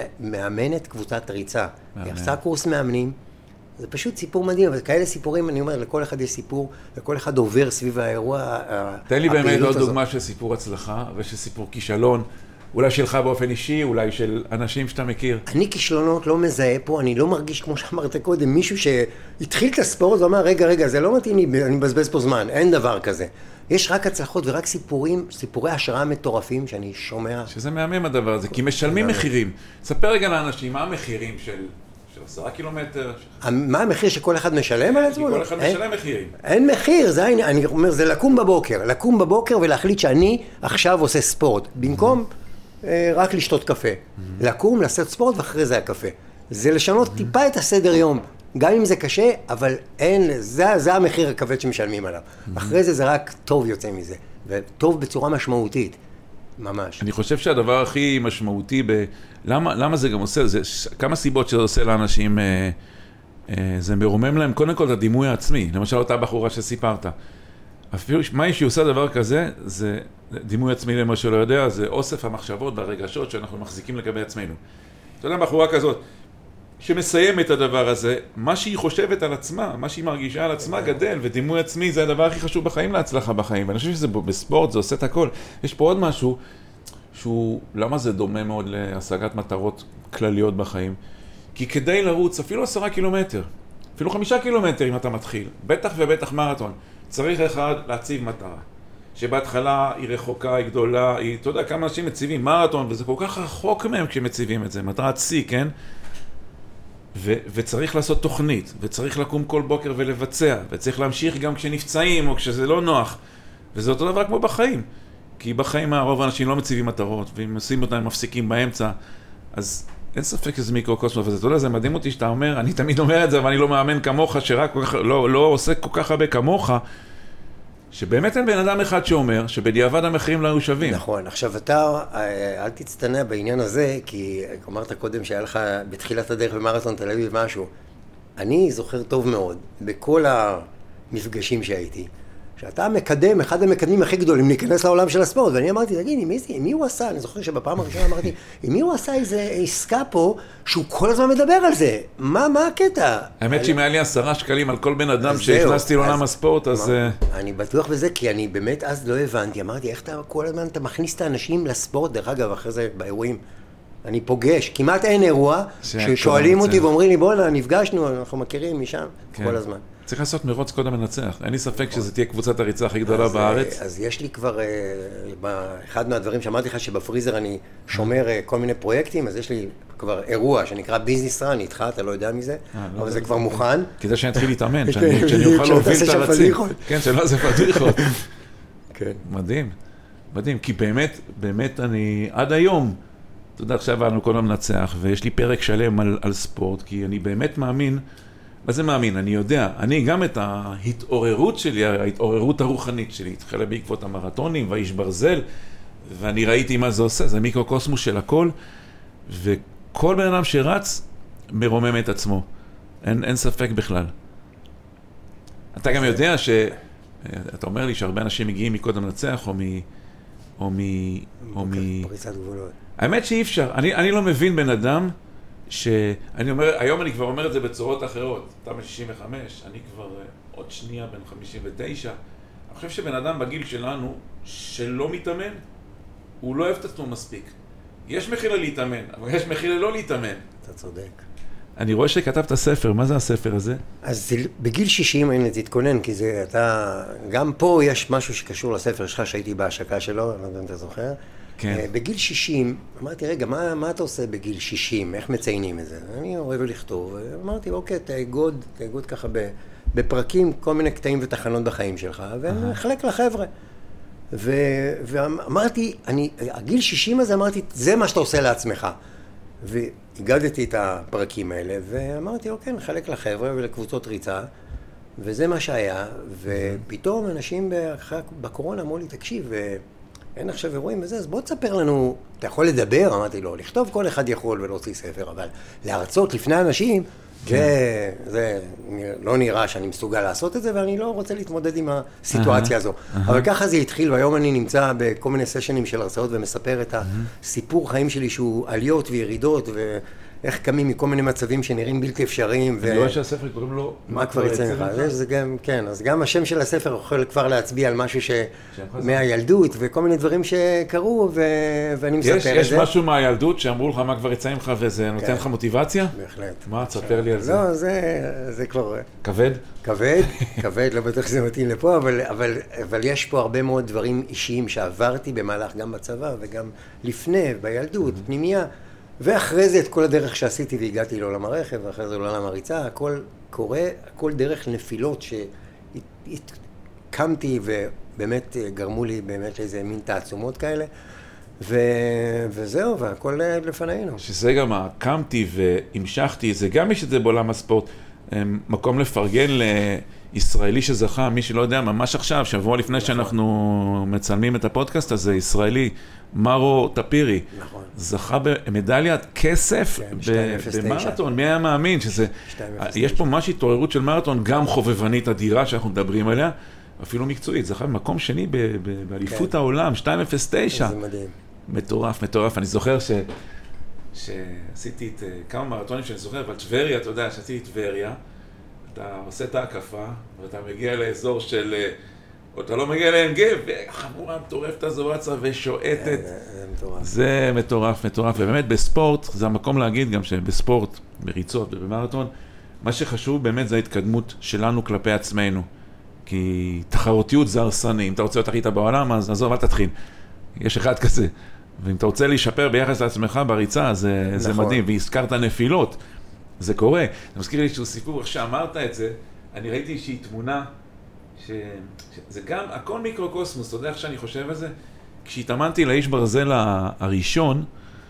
מאמנת קבוצת ריצה. היא עשתה קורס מאמנים, זה פשוט סיפור מדהים, אבל כאלה סיפורים, אני אומר, לכל אחד יש סיפור, לכל אחד עובר סביב האירוע. תן לי באמת עוד דוגמה של סיפור הצלחה ושל סיפור כישלון. אולי שלך באופן אישי, אולי של אנשים שאתה מכיר. אני כישלונות לא מזהה פה, אני לא מרגיש כמו שאמרת קודם, מישהו שהתחיל את הספורט ואמר, רגע, רגע, זה לא מתאים לי, אני מבזבז פה זמן, אין דבר כזה. יש רק הצלחות ורק סיפורים, סיפורי השראה מטורפים שאני שומע. שזה מהמם הדבר הזה, כי משלמים מחירים. ספר רגע לאנשים, מה המחירים של עשרה קילומטר? מה המחיר שכל אחד משלם על עצמו? כל אחד משלם מחירים. אין מחיר, זה העניין, אני אומר, זה לקום בבוקר, לקום בבוקר ולהחליט שאני עכשיו עושה ספורט, במקום רק לשתות קפה. לקום, לעשות ספורט ואחרי זה הקפה. זה לשנות טיפה את הסדר יום. גם אם זה קשה, אבל אין, זה, זה המחיר הכבד שמשלמים עליו. אחרי זה זה רק טוב יוצא מזה. וטוב בצורה משמעותית. ממש. אני חושב שהדבר הכי משמעותי ב... למה, למה זה גם עושה? זה כמה סיבות שזה עושה לאנשים, אה, אה, זה מרומם להם קודם כל את הדימוי העצמי. למשל אותה בחורה שסיפרת. אפילו מה שהיא עושה דבר כזה, זה דימוי עצמי למה שלא יודע, זה אוסף המחשבות והרגשות שאנחנו מחזיקים לגבי עצמנו. אתה יודע, בחורה כזאת, שמסיים את הדבר הזה, מה שהיא חושבת על עצמה, מה שהיא מרגישה על עצמה גדל, ודימוי עצמי זה הדבר הכי חשוב בחיים, להצלחה בחיים. ואני חושב שזה בספורט, זה עושה את הכל. יש פה עוד משהו, שהוא, למה זה דומה מאוד להשגת מטרות כלליות בחיים? כי כדי לרוץ אפילו עשרה קילומטר, אפילו חמישה קילומטר אם אתה מתחיל, בטח ובטח מרתון, צריך אחד להציב מטרה. שבהתחלה היא רחוקה, היא גדולה, היא, אתה יודע, כמה אנשים מציבים מרתון, וזה כל כך רחוק מהם כשמציבים את זה, מטרת C, כן? ו- וצריך לעשות תוכנית, וצריך לקום כל בוקר ולבצע, וצריך להמשיך גם כשנפצעים או כשזה לא נוח. וזה אותו דבר כמו בחיים. כי בחיים הרוב האנשים לא מציבים מטרות, ואם עושים אותם, מפסיקים באמצע, אז אין ספק שזה מיקרוקוסמוס, אבל אתה יודע, זה מדהים אותי שאתה אומר, אני תמיד אומר את זה, אבל אני לא מאמן כמוך, שרק כל כך, לא, לא עושה כל כך הרבה כמוך, שבאמת אין בן אדם אחד שאומר, שבדיעבד המחירים לא היו שווים. נכון, עכשיו אתה, אל תצטנע בעניין הזה, כי אמרת קודם שהיה לך בתחילת הדרך במרתון תל אביב משהו. אני זוכר טוב מאוד, בכל המפגשים שהייתי, שאתה מקדם, אחד המקדמים הכי גדולים להיכנס לעולם של הספורט, ואני אמרתי, תגיד, עם מי, עם מי הוא עשה? אני זוכר שבפעם הראשונה אמרתי, עם מי הוא עשה איזו עסקה פה, שהוא כל הזמן מדבר על זה? מה, מה הקטע? האמת שאם היה לי עשרה שקלים על כל בן אדם שהכנסתי לעולם הספורט, אז... אני בטוח בזה, כי אני באמת אז לא הבנתי, אמרתי, איך אתה כל הזמן, אתה מכניס את האנשים לספורט, דרך אגב, אחרי זה באירועים, אני פוגש, כמעט אין אירוע, ששואלים אותי ואומרים לי, בוא'נה, נפגשנו, אנחנו מכירים משם, כל הזמן. צריך לעשות מרוץ קודם מנצח. אין לי ספק שזה תהיה קבוצת הריצה הכי גדולה בארץ. אז יש לי כבר, אחד מהדברים שאמרתי לך שבפריזר אני שומר כל מיני פרויקטים, אז יש לי כבר אירוע שנקרא ביזנס רן, איתך, אתה לא יודע מזה, אבל זה כבר מוכן. כדי שאני אתחיל להתאמן, שאני אוכל להוביל את הרצים. כן, שלא זה פדיחות. מדהים, מדהים, כי באמת, באמת אני, עד היום, אתה יודע, עכשיו אנחנו כל המנצח, ויש לי פרק שלם על, על ספורט, כי אני באמת מאמין, מה זה מאמין? אני יודע, אני גם את ההתעוררות שלי, ההתעוררות הרוחנית שלי, התחילה בעקבות המרתונים, והאיש ברזל, ואני ראיתי מה זה עושה, זה מיקרוקוסמוס של הכל, וכל בן אדם שרץ, מרומם את עצמו. אין, אין ספק בכלל. אתה גם יודע ש... אתה אומר לי שהרבה אנשים מגיעים מקודם לנצח, או מ... או מ... או מ... פריצת גבולות. האמת שאי אפשר. אני, אני לא מבין בן אדם שאני אומר, היום אני כבר אומר את זה בצורות אחרות. אתה בן שישים וחמש, אני כבר עוד שנייה בן חמישים ותשע. אני חושב שבן אדם בגיל שלנו, שלא מתאמן, הוא לא אוהב את עצמו מספיק. יש מחיר להתאמן, אבל יש מחיר לא להתאמן. אתה צודק. אני רואה שכתבת ספר, מה זה הספר הזה? אז בגיל שישים, הנה, תתכונן, כי זה, אתה, גם פה יש משהו שקשור לספר שלך, שהייתי בהשקה שלו, אני לא יודע אם אתה זוכר. כן. בגיל שישים, אמרתי, רגע, מה, מה אתה עושה בגיל שישים? איך מציינים את זה? אני אוהב לכתוב, אמרתי, אוקיי, תאגוד, תאגוד ככה בפרקים, כל מיני קטעים ותחנות בחיים שלך, ונחלק לחבר'ה. ואמרתי, אני, הגיל שישים הזה, אמרתי, זה מה שאתה עושה לעצמך. והגדתי את הפרקים האלה, ואמרתי, אוקיי, נחלק לחבר'ה ולקבוצות ריצה, וזה מה שהיה, ופתאום אנשים בקורונה אמרו לי, תקשיב, אין עכשיו אירועים וזה, אז בוא תספר לנו, אתה יכול לדבר? אמרתי לו, לכתוב כל אחד יכול ולהוציא ספר, אבל להרצות לפני אנשים, זה, זה לא נראה שאני מסוגל לעשות את זה, ואני לא רוצה להתמודד עם הסיטואציה הזו. אבל ככה זה התחיל, והיום אני נמצא בכל מיני סשנים של הרצאות ומספר את הסיפור חיים שלי שהוא עליות וירידות, ואיך קמים מכל מיני מצבים שנראים בלתי אפשריים. אני רואה שהספר קוראים לו... מה כבר יצא ממך? זה גם, כן, אז גם השם של הספר יכול כבר להצביע על משהו מהילדות, וכל מיני דברים שקרו, ואני מספר את זה. יש משהו מהילדות שאמרו לך מה כבר יצא ממך, וזה נותן לך מוטיבציה? בהחלט. מה? תספר לי על זה. לא, זה כבר... כבד? כבד, כבד, לא בטוח שזה מתאים לפה, אבל יש פה הרבה מאוד דברים אישיים שעברתי במהלך גם בצבא, וגם לפני, בילדות, פנימיה. ואחרי זה את כל הדרך שעשיתי והגעתי לעולם הרכב, ואחרי זה לעולם הריצה, הכל קורה, הכל דרך נפילות שהתקמתי ובאמת גרמו לי באמת איזה מין תעצומות כאלה, ו... וזהו, והכל לפנינו. שזה גם הקמתי והמשכתי, זה גם יש את זה בעולם הספורט, מקום לפרגן לישראלי שזכה, מי שלא יודע, ממש עכשיו, שבוע לפני נכון. שאנחנו מצלמים את הפודקאסט הזה, ישראלי, מרו טפירי, נכון. זכה במדליית כסף כן, במרתון, מי היה מאמין שזה, יש פה משהו התעוררות של מרתון, גם חובבנית אדירה שאנחנו מדברים עליה, אפילו מקצועית, זכה במקום שני באליפות כן. העולם, שתיים אפס תשע. זה מדהים. מטורף, מטורף, אני זוכר ש... שעשיתי את כמה מרתונים שאני זוכר, אבל טבריה, אתה יודע, שעשיתי את טבריה, אתה עושה את ההקפה, ואתה מגיע לאזור של... או אתה לא מגיע לעין גב, וחבורה מטורפת הזו רצה ושואטת. זה מטורף. זה מטורף, מטורף. ובאמת בספורט, זה המקום להגיד גם שבספורט, בריצות ובמרתון, מה שחשוב באמת זה ההתקדמות שלנו כלפי עצמנו. כי תחרותיות זה הרסני. אם אתה רוצה להיות הכי טוב בעולם, אז עזוב, אל תתחיל. יש אחד כזה. ואם אתה רוצה להישפר ביחס לעצמך בריצה, זה, נכון. זה מדהים. והזכרת נפילות, זה קורה. זה מזכיר לי שהוא סיפור, איך שאמרת את זה, אני ראיתי איזושהי תמונה, ש... שזה גם, הכל מיקרוקוסמוס, אתה יודע איך שאני חושב על זה? כשהתאמנתי לאיש ברזל הראשון,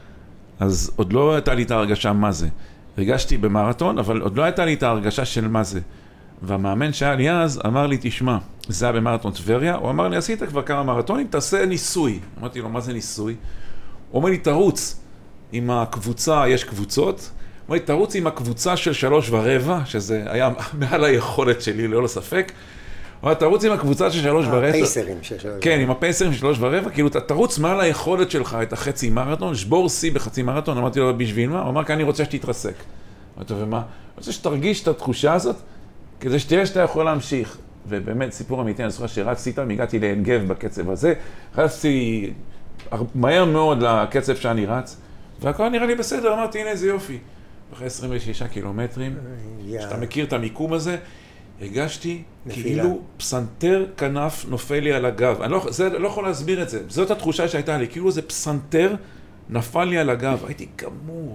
אז עוד לא הייתה לי את ההרגשה מה זה. הרגשתי במרתון, אבל עוד לא הייתה לי את ההרגשה של מה זה. והמאמן שהיה לי אז אמר לי, תשמע, זה היה במרתון טבריה, הוא אמר לי, עשית כבר כמה מרתונים, תעשה ניסוי. אמרתי לו, מה זה ניסוי? הוא אומר לי, תרוץ עם הקבוצה, יש קבוצות, הוא אומר לי, תרוץ עם הקבוצה של שלוש ורבע, שזה היה מעל היכולת שלי, לא לספק, הוא אומר, תרוץ עם הקבוצה של שלוש ורבע. הפייסרים של שלוש ורבע. כן, עם הפייסרים של שלוש ורבע, כאילו, תרוץ מעל היכולת שלך את החצי מרתון, שבור סי בחצי מרתון, אמרתי לו, בשביל מה? הוא אמר, כי אני רוצה שתתרסק. אמרתי לו, ומה? אני רוצה שתרגיש את התחושה הזאת, כדי שתראה שאתה יכול להמשיך. ובאמת, סיפור אמיתי, אני זוכר שרצתי איתם, הגעתי לעין-גב בקצב הזה, רצתי מהר מאוד לקצב שאני רץ, והכל נראה לי בסדר, אמרתי, הנה איזה יופי. אחרי עשרים ושישה קילומטרים, שאתה מכיר את המיקום הזה, הרגשתי כאילו פסנתר כנף נופל לי על הגב. אני לא, זה, לא יכול להסביר את זה. זאת התחושה שהייתה לי, כאילו זה פסנתר נפל לי על הגב. הייתי כמור,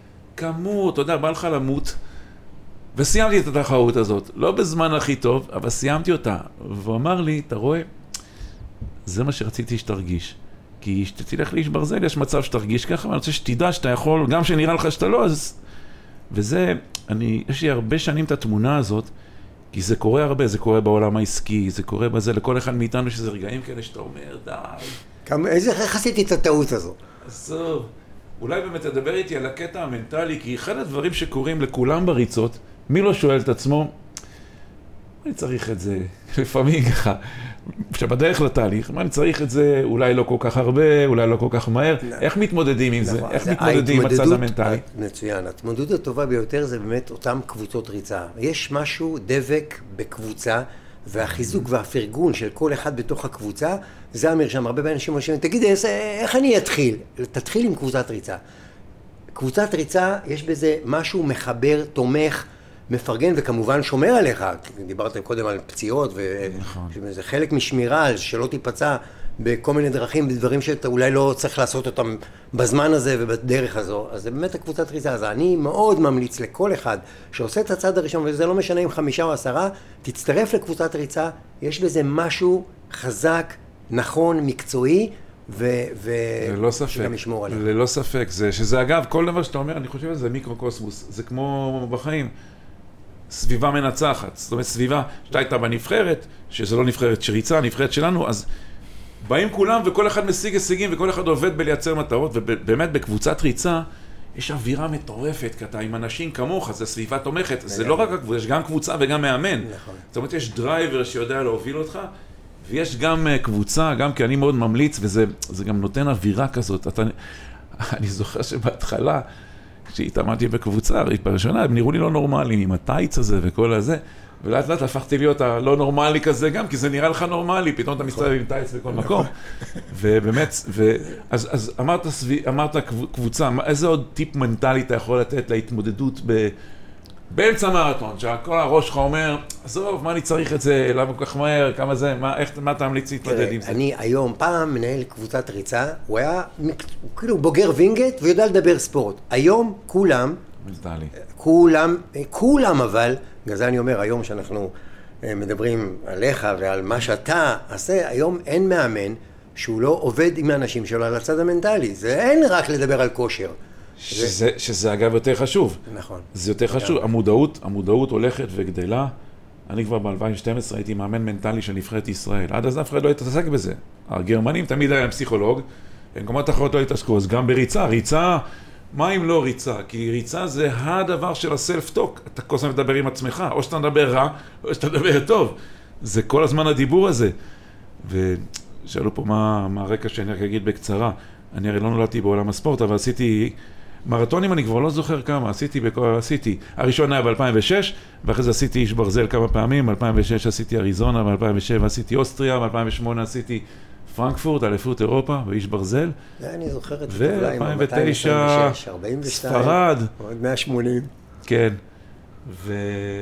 כמור, אתה יודע, בא לך למות. וסיימתי את התחרות הזאת, לא בזמן הכי טוב, אבל סיימתי אותה. והוא אמר לי, אתה רואה, זה מה שרציתי שתרגיש. כי שתלך לאיש ברזל, יש מצב שתרגיש ככה, ואני רוצה שתדע שאתה יכול, גם שנראה לך שאתה לא, אז... וזה, אני, יש לי הרבה שנים את התמונה הזאת, כי זה קורה הרבה, זה קורה בעולם העסקי, זה קורה בזה, לכל אחד מאיתנו שזה רגעים כאלה שאתה אומר, די. כמה, איזה, איך עשיתי את הטעות הזו? עזוב. אולי באמת תדבר איתי על הקטע המנטלי, כי אחד הדברים שקורים לכולם בריצות, מי לא שואל את עצמו, מה אני צריך את זה? לפעמים ככה, שבדרך לתהליך, מה אני צריך את זה? אולי לא כל כך הרבה, אולי לא כל כך מהר. איך מתמודדים עם זה? איך מתמודדים עם הצד המנטלי? מצוין. ההתמודדות הטובה ביותר זה באמת אותם קבוצות ריצה. יש משהו דבק בקבוצה, והחיזוק והפרגון של כל אחד בתוך הקבוצה, זה המרשם. הרבה אנשים אומרים, תגיד, איך אני אתחיל? תתחיל עם קבוצת ריצה. קבוצת ריצה, יש בזה משהו מחבר, תומך, מפרגן וכמובן שומר עליך. דיברתם קודם על פציעות, וזה חלק משמירה, שלא תיפצע בכל מיני דרכים, בדברים שאתה אולי לא צריך לעשות אותם בזמן הזה ובדרך הזו. אז זה באמת הקבוצת ריצה. אז אני מאוד ממליץ לכל אחד שעושה את הצד הראשון, וזה לא משנה אם חמישה או עשרה, תצטרף לקבוצת ריצה, יש בזה משהו חזק, נכון, מקצועי, וגם ישמור עליך. ללא ספק. שזה אגב, כל דבר שאתה אומר, אני חושב שזה מיקרוקוסמוס. זה כמו בחיים. סביבה מנצחת, זאת אומרת סביבה שאתה הייתה בנבחרת, שזה לא נבחרת שריצה, נבחרת שלנו, אז באים כולם וכל אחד משיג הישגים וכל אחד עובד בלייצר מטרות, ובאמת בקבוצת ריצה יש אווירה מטורפת, כי אתה עם אנשים כמוך, זה סביבה תומכת, זה לא רק הקבוצה, יש גם קבוצה וגם מאמן. זאת אומרת, יש דרייבר שיודע להוביל אותך, ויש גם קבוצה, גם כי אני מאוד ממליץ, וזה גם נותן אווירה כזאת. אני זוכר שבהתחלה, כשהתאמנתי בקבוצה, בראשונה, הם נראו לי לא נורמליים, עם הטייץ הזה וכל הזה, ולאט לאט הפכתי להיות הלא נורמלי כזה גם, כי זה נראה לך נורמלי, פתאום אתה מסתובב עם טייץ בכל מקום. ובאמת, אז אמרת קבוצה, איזה עוד טיפ מנטלי אתה יכול לתת להתמודדות באמצע מרתון, שכל הראש שלך אומר, עזוב, מה אני צריך את זה, למה כל כך מהר, כמה זה, מה אתה ממליץ להתמודד עם זה? אני היום, פעם מנהל קבוצת ריצה, הוא היה כאילו בוגר וינגייט ויודע לדבר ספורט. היום כולם, כולם, כולם אבל, בגלל זה אני אומר, היום שאנחנו מדברים עליך ועל מה שאתה עושה, היום אין מאמן שהוא לא עובד עם האנשים שלו על הצד המנטלי. זה אין רק לדבר על כושר. שזה, שזה אגב יותר חשוב. נכון. זה יותר חשוב. המודעות, המודעות הולכת וגדלה. אני כבר ב-אלפיים ושתים עשרה הייתי מאמן מנטלי של נבחרת ישראל. עד אז אף אחד לא התעסק בזה. הגרמנים תמיד היה פסיכולוג, במקומות אחרות לא התעסקו, אז גם בריצה. ריצה, מה אם לא ריצה? כי ריצה זה הדבר של הסלף-טוק. אתה כל הזמן מדבר עם עצמך, או שאתה מדבר רע, או שאתה מדבר טוב. זה כל הזמן הדיבור הזה. ושאלו פה מה, מה הרקע שאני רק אגיד בקצרה. אני הרי לא נולדתי בעולם הספורט, אבל עשיתי מרתונים, אני כבר לא זוכר כמה, עשיתי, בכל, עשיתי, הראשון היה ב-אלפיים ושש, ואחרי זה עשיתי איש ברזל כמה פעמים, ב-אלפיים ושש עשיתי אריזונה, ב-אלפיים ושבע עשיתי אוסטריה, ב-אלפיים ושמונה עשיתי פרנקפורט, אליפות אירופה, ואיש ברזל. אני זוכר את הטבלה עם מאתיים עשרים ושש, ארבעים ושתיים, ספרד. עוד מאה ושמונים. כן. ו...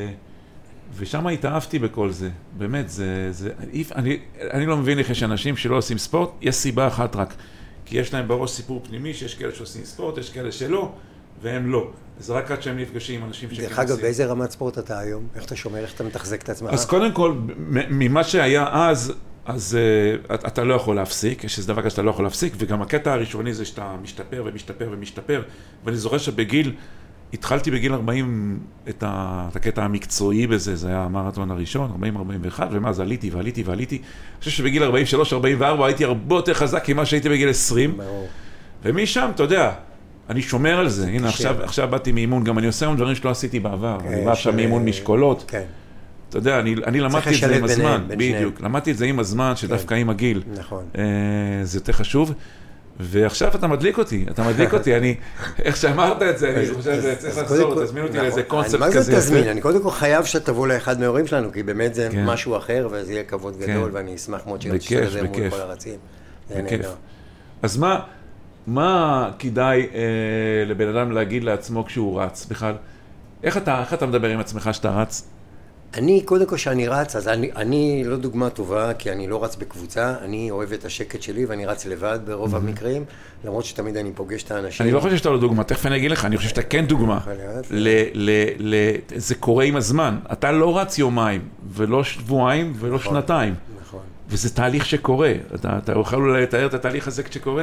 ושם התאהבתי בכל זה. באמת, זה... זה... אני, אני לא מבין איך יש אנשים שלא עושים ספורט, יש סיבה אחת רק. כי יש להם בראש סיפור פנימי, שיש כאלה שעושים ספורט, יש כאלה שלא, והם לא. זה רק עד שהם נפגשים עם אנשים שכן עושים. דרך אגב, באיזה רמת ספורט אתה היום? איך אתה שומר, איך אתה מתחזק את עצמך? אז קודם כל, ממה שהיה אז, אז uh, אתה לא יכול להפסיק, יש איזה דבר כזה שאתה לא יכול להפסיק, וגם הקטע הראשוני זה שאתה משתפר ומשתפר ומשתפר, ואני זוכר שבגיל, התחלתי בגיל ארבעים את, ה, את הקטע המקצועי בזה, זה היה המרתון הראשון, ארבעים ארבעים ואחת, ומאז עליתי ועליתי ועליתי. אני חושב שבגיל ארבעים ושלוש ארבעים וארבע הייתי הרבה יותר חזק ממה שהייתי בגיל עשרים, ומשם, אתה יודע, אני שומר על זה. הנה, עכשיו, עכשיו באתי מאימון, גם אני עושה היום דברים שלא עשיתי בעבר. אני בא עכשיו מאימון משקולות. אתה יודע, אני, אני למדתי את זה עם הזמן, בדיוק. למדתי את זה עם הזמן, שדווקא עם הגיל. נכון. זה יותר חשוב. ועכשיו אתה מדליק אותי, אתה מדליק אותי, אני, איך שאמרת את זה, אני חושב שזה צריך לחזור, תזמין אותי לאיזה קונספט כזה. מה זה תזמין? אני קודם כל חייב שתבוא לאחד מההורים שלנו, כי באמת זה משהו אחר, וזה יהיה כבוד גדול, ואני אשמח מאוד שתשתתף את זה מול כל הרצים. בכיף. אז מה, מה כדאי לבן אדם להגיד לעצמו כשהוא רץ בכלל? איך אתה, איך אתה מדבר עם עצמך שאתה רץ? אני, קודם כל שאני רץ, אז אני, אני לא דוגמה טובה, כי אני לא רץ בקבוצה, אני אוהב את השקט שלי ואני רץ לבד ברוב mm-hmm. המקרים, למרות שתמיד אני פוגש את האנשים. אני לא חושב שאתה לא דוגמה, תכף אני אגיד לך, אני חושב שאתה כן דוגמה. ל, ל, ל, זה קורה עם הזמן, אתה לא רץ יומיים, ולא שבועיים, ולא נכון, שנתיים. נכון. וזה תהליך שקורה, אתה, אתה יכול אולי לתאר את התהליך הזה כשקורה,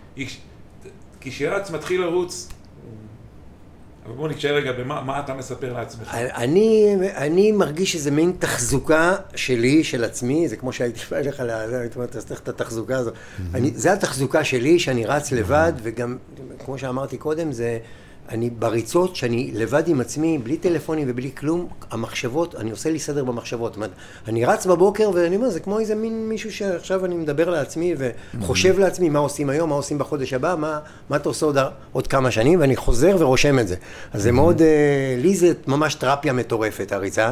כי שרץ מתחיל לרוץ, אבל בוא נקשאר רגע, במה, מה אתה מספר לעצמך? אני, אני מרגיש שזה מין תחזוקה שלי, של עצמי, זה כמו שהייתי בא לך לזה, הייתי אומר, תסתך את התחזוקה הזו. אני, זה התחזוקה שלי, שאני רץ לבד, וגם, כמו שאמרתי קודם, זה, אני בריצות, שאני לבד עם עצמי, בלי טלפונים ובלי כלום, המחשבות, אני עושה לי סדר במחשבות. זאת אומרת, אני רץ בבוקר ואני אומר, זה כמו איזה מין מישהו שעכשיו אני מדבר לעצמי וחושב לעצמי מה עושים היום, מה עושים בחודש הבא, מה, מה אתה עושה עוד, עוד כמה שנים, ואני חוזר ורושם את זה. אז זה מאוד, לי זה ממש תרפיה מטורפת, הריצה,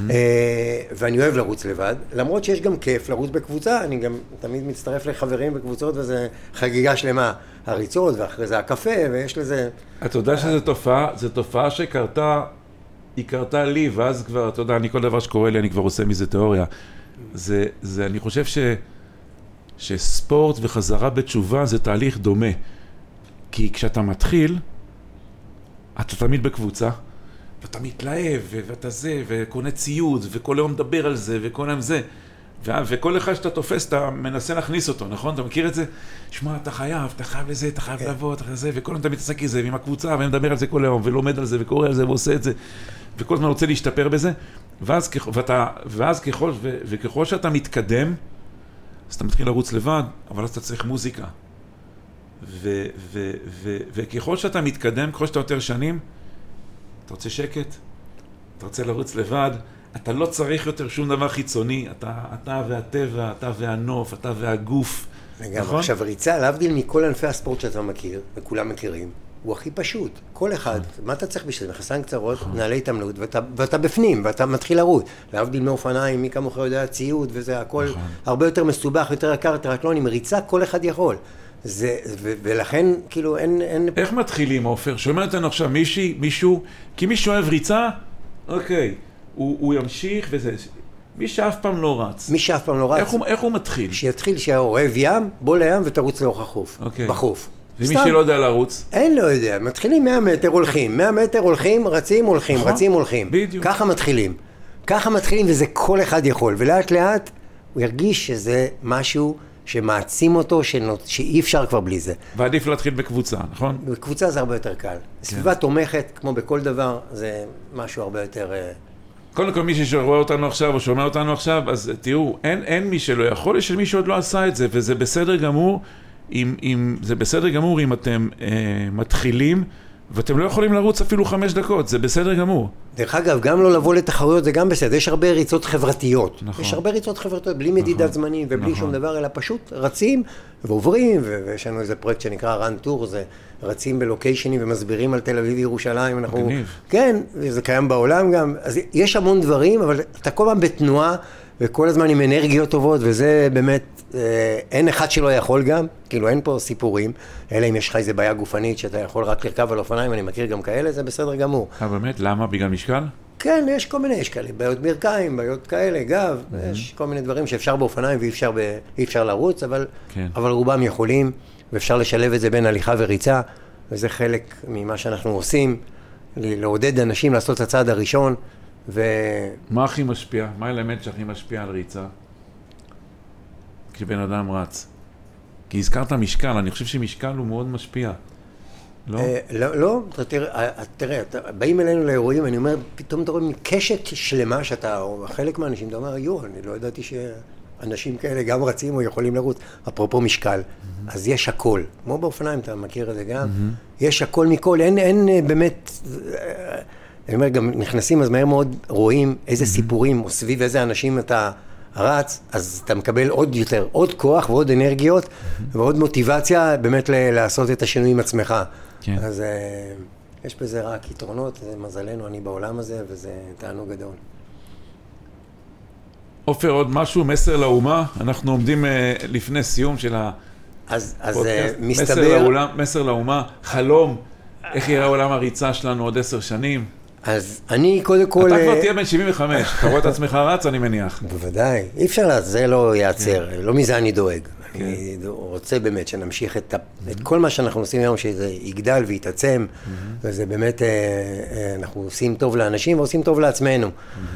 ואני אוהב לרוץ לבד, למרות שיש גם כיף לרוץ בקבוצה, אני גם תמיד מצטרף לחברים בקבוצות, וזה חגיגה שלמה. הריצות, ואחרי זה הקפה, ויש לזה... אתה יודע שזו תופעה, זו תופעה שקרתה, היא קרתה לי, ואז כבר, אתה יודע, אני כל דבר שקורה לי, אני כבר עושה מזה תיאוריה. זה, זה, אני חושב ש, שספורט וחזרה בתשובה זה תהליך דומה. כי כשאתה מתחיל, אתה תמיד בקבוצה, ואתה מתלהב, ואתה זה, וקונה ציוד, וכל היום מדבר על זה, וכל היום זה. וכל אחד שאתה תופס, אתה מנסה להכניס אותו, נכון? אתה מכיר את זה? שמע, אתה חייב, אתה חייב לזה, אתה חייב לבוא, אתה חייב לזה, וכל הזמן אתה מתעסק עם זה, ועם הקבוצה, ומדבר על זה כל היום, ולומד על זה, וקורא על זה, ועושה את זה, וכל הזמן רוצה להשתפר בזה, ואז, ואתה, ואז ככל, ו, וככל שאתה מתקדם, אז אתה מתחיל לרוץ לבד, אבל אז אתה צריך מוזיקה. ו, ו, ו, וככל שאתה מתקדם, ככל שאתה יותר שנים, אתה רוצה שקט, אתה רוצה לרוץ לבד, אתה לא צריך יותר שום דבר חיצוני, אתה, אתה והטבע, אתה והנוף, אתה והגוף, נכון? עכשיו, ריצה, להבדיל מכל ענפי הספורט שאתה מכיר, וכולם מכירים, הוא הכי פשוט. כל אחד, מה אתה צריך בשביל? מכנסיים קצרות, נעלי התעמלות, ואתה, ואתה בפנים, ואתה מתחיל לרוץ. להבדיל מאופניים, מי כמוך יודע, ציוד, וזה הכל הרבה יותר מסובך, יותר יקר, טריאתלונים, ריצה, כל אחד יכול. זה, ו, ולכן, כאילו, אין, אין... איך מתחילים, עופר? שומע אותנו עכשיו מישהי, מישהו, כי מישהו אוהב ריצה, אוקיי. הוא, הוא ימשיך וזה, מי שאף פעם לא רץ. מי שאף פעם לא רץ. איך הוא, איך הוא מתחיל? שיתחיל שאוהב ים, בוא לים ותרוץ לאורך החוף. אוקיי. בחוף. ומי שלא יודע לרוץ? אין לא יודע, מתחילים מאה מטר הולכים, מאה מטר הולכים, רצים הולכים, נכון? רצים הולכים. בדיוק. ככה מתחילים. ככה מתחילים וזה כל אחד יכול, ולאט לאט הוא ירגיש שזה משהו שמעצים אותו, שנות, שאי אפשר כבר בלי זה. ועדיף להתחיל בקבוצה, נכון? בקבוצה זה הרבה יותר קל. כן. סביבה תומכת, כמו בכל דבר, זה משהו הרבה יותר... קודם כל, מי שרואה אותנו עכשיו או שומע אותנו עכשיו, אז תראו, אין, אין מי שלא יכול, יש מי שעוד לא עשה את זה, וזה בסדר גמור, אם, אם, זה בסדר גמור אם אתם אה, מתחילים, ואתם לא יכולים לרוץ אפילו חמש דקות, זה בסדר גמור. דרך אגב, גם לא לבוא לתחרויות זה גם בסדר, יש הרבה ריצות חברתיות. נכון. יש הרבה ריצות חברתיות, בלי מדידת נכון. זמנים ובלי נכון. שום דבר, אלא פשוט רצים ועוברים, ויש לנו איזה פרויקט שנקרא Run Tour, זה רצים בלוקיישנים ומסבירים על תל אביב וירושלים. אנחנו... מגניב. כן, זה קיים בעולם גם. אז יש המון דברים, אבל אתה כל פעם בתנועה, וכל הזמן עם אנרגיות טובות, וזה באמת, אה, אין אחד שלא יכול גם, כאילו אין פה סיפורים, אלא אם יש לך איזה בעיה גופנית שאתה יכול רק לרכב על אופניים, אני מכיר גם כאלה, זה בסדר גמור. אה, באמת? למה? בגלל משקל? כן, יש כל מיני, יש כאלה, בעיות ברכיים, בעיות כאלה, גב, mm-hmm. יש כל מיני דברים שאפשר באופניים ואי אפשר, ב, אי אפשר לרוץ, אבל, כן. אבל רובם יכולים, ואפשר לשלב את זה בין הליכה וריצה, וזה חלק ממה שאנחנו עושים, לעודד אנשים לעשות את הצעד הראשון, ו... מה הכי משפיע? מה האלמנט שהכי משפיע על ריצה? כשבן אדם רץ? כי הזכרת משקל, אני חושב שמשקל הוא מאוד משפיע. לא? לא, לא, תראה, באים אלינו לאירועים, אני אומר, פתאום אתה רואה מקשת שלמה שאתה, או חלק מהאנשים, אתה אומר, יו, אני לא ידעתי שאנשים כאלה גם רצים או יכולים לרוץ, אפרופו משקל, אז יש הכל, כמו באופניים, אתה מכיר את זה גם, יש הכל מכל, אין באמת, אני אומר, גם נכנסים, אז מהר מאוד רואים איזה סיפורים, או סביב איזה אנשים אתה רץ, אז אתה מקבל עוד יותר, עוד כוח ועוד אנרגיות, ועוד מוטיבציה באמת לעשות את השינוי עם עצמך. כן. אז יש בזה רק יתרונות, זה מזלנו, אני בעולם הזה, וזה תענוג גדול. עופר, עוד משהו, מסר לאומה, אנחנו עומדים לפני סיום של הפודקאסט. אז מסתבר... מסר לאומה, מסר לאומה, חלום, איך יראה עולם הריצה שלנו עוד עשר שנים? אז אני קודם כל... אתה כבר תהיה בן שבעים וחמש, קרוא את עצמך רץ, אני מניח. בוודאי, אי אפשר לה, זה לא ייעצר, לא מזה אני דואג. אני רוצה באמת שנמשיך את כל מה שאנחנו עושים היום, שזה יגדל ויתעצם, וזה באמת, אנחנו עושים טוב לאנשים ועושים טוב לעצמנו.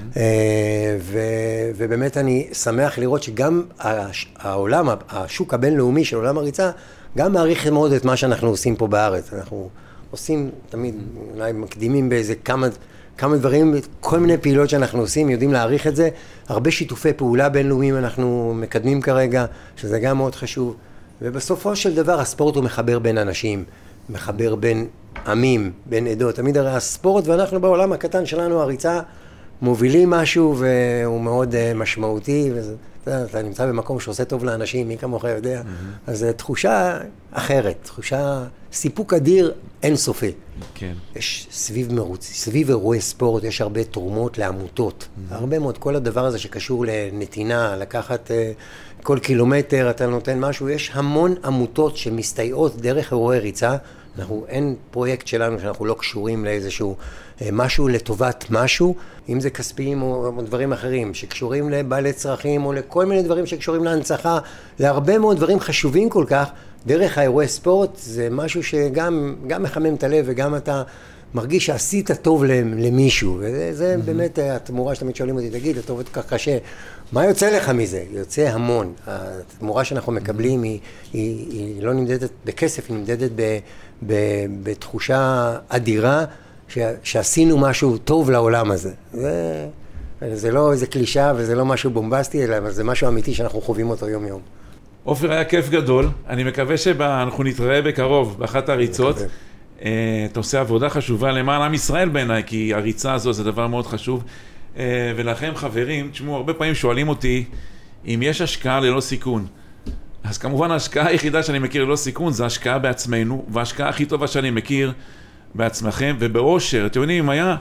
ובאמת אני שמח לראות שגם העולם, השוק הבינלאומי של עולם הריצה, גם מעריך מאוד את מה שאנחנו עושים פה בארץ. אנחנו עושים תמיד, אולי מקדימים באיזה כמה, כמה דברים, כל מיני פעילות שאנחנו עושים, יודעים להעריך את זה. הרבה שיתופי פעולה בינלאומיים אנחנו מקדמים כרגע, שזה גם מאוד חשוב. ובסופו של דבר הספורט הוא מחבר בין אנשים, מחבר בין עמים, בין עדות. תמיד הרי הספורט ואנחנו בעולם הקטן שלנו, הריצה, מובילים משהו והוא מאוד משמעותי. וזה, אתה, אתה נמצא במקום שעושה טוב לאנשים, מי כמוך יודע. Mm-hmm. אז תחושה אחרת, תחושה, סיפוק אדיר אינסופי. כן. יש סביב מרוץ, סביב אירועי ספורט, יש הרבה תרומות לעמותות. Mm-hmm. הרבה מאוד, כל הדבר הזה שקשור לנתינה, לקחת uh, כל קילומטר, אתה נותן משהו, יש המון עמותות שמסתייעות דרך אירועי ריצה. אנחנו, אין פרויקט שלנו שאנחנו לא קשורים לאיזשהו uh, משהו לטובת משהו, אם זה כספיים או, או דברים אחרים, שקשורים לבעלי צרכים או לכל מיני דברים שקשורים להנצחה, להרבה מאוד דברים חשובים כל כך, דרך האירועי ספורט זה משהו שגם גם מחמם את הלב וגם אתה מרגיש שעשית טוב למישהו, וזה זה mm-hmm. באמת התמורה שתמיד שואלים אותי, תגיד, אתה עובד כך קשה, מה יוצא לך מזה? יוצא המון. התמורה שאנחנו מקבלים היא, היא, היא לא נמדדת בכסף, היא נמדדת ב, ב, בתחושה אדירה ש, שעשינו משהו טוב לעולם הזה. זה, זה לא איזה קלישה וזה לא משהו בומבסטי, אלא זה משהו אמיתי שאנחנו חווים אותו יום יום. עופר, היה כיף גדול, אני מקווה שאנחנו נתראה בקרוב באחת הריצות. אתה עושה עבודה חשובה למען עם ישראל בעיניי, כי הריצה הזו זה דבר מאוד חשוב. ולכם חברים, תשמעו, הרבה פעמים שואלים אותי אם יש השקעה ללא סיכון. אז כמובן ההשקעה היחידה שאני מכיר ללא סיכון זה השקעה בעצמנו, וההשקעה הכי טובה שאני מכיר בעצמכם ובאושר. אתם יודעים, אם היה...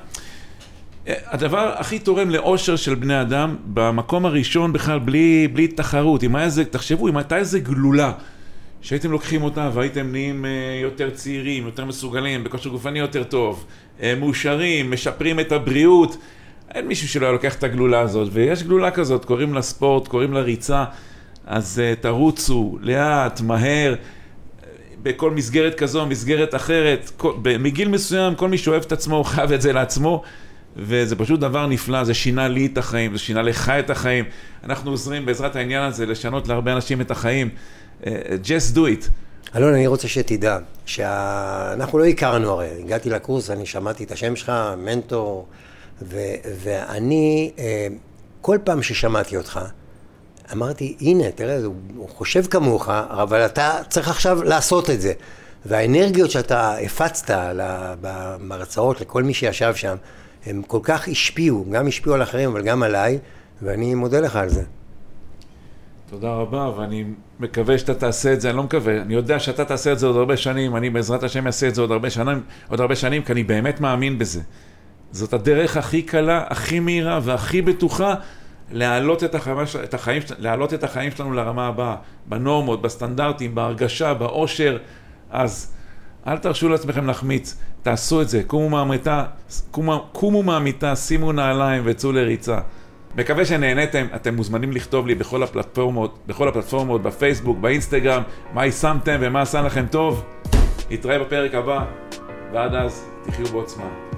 הדבר הכי תורם לאושר של בני אדם במקום הראשון בכלל בלי, בלי תחרות. אם היה איזה, תחשבו, אם הייתה איזה גלולה שהייתם לוקחים אותה והייתם נהיים יותר צעירים, יותר מסוגלים, בכושר גופני יותר טוב, מאושרים, משפרים את הבריאות, אין מישהו שלא היה לוקח את הגלולה הזאת, ויש גלולה כזאת, קוראים לה ספורט, קוראים לה ריצה, אז תרוצו, לאט, מהר, בכל מסגרת כזו, מסגרת אחרת, כל, מגיל מסוים, כל מי שאוהב את עצמו, חייב את זה לעצמו, וזה פשוט דבר נפלא, זה שינה לי את החיים, זה שינה לך את החיים. אנחנו עוזרים בעזרת העניין הזה לשנות להרבה אנשים את החיים. Uh, just do it. אלון, אני רוצה שתדע, שאנחנו לא הכרנו הרי, הגעתי לקורס, אני שמעתי את השם שלך, מנטור, ו- ואני, uh, כל פעם ששמעתי אותך, אמרתי, הנה, תראה, הוא חושב כמוך, אבל אתה צריך עכשיו לעשות את זה. והאנרגיות שאתה הפצת במרצאות לכל מי שישב שם, הם כל כך השפיעו, גם השפיעו על אחרים, אבל גם עליי, ואני מודה לך על זה. תודה רבה, ואני מקווה שאתה תעשה את זה, אני לא מקווה, אני יודע שאתה תעשה את זה עוד הרבה שנים, אני בעזרת השם אעשה את זה עוד הרבה שנים, עוד הרבה שנים, כי אני באמת מאמין בזה. זאת הדרך הכי קלה, הכי מהירה והכי בטוחה, להעלות את החיים, את החיים, להעלות את החיים שלנו לרמה הבאה, בנורמות, בסטנדרטים, בהרגשה, באושר. אז אל תרשו לעצמכם להחמיץ, תעשו את זה, קומו מהמיטה, קומו, קומו מהמיטה, שימו נעליים וצאו לריצה. מקווה שנהנתם, אתם מוזמנים לכתוב לי בכל הפלטפורמות, בכל הפלטפורמות, בפייסבוק, באינסטגרם, מה יישמתם ומה עשה לכם טוב. נתראה בפרק הבא, ועד אז תחיו בעוצמה.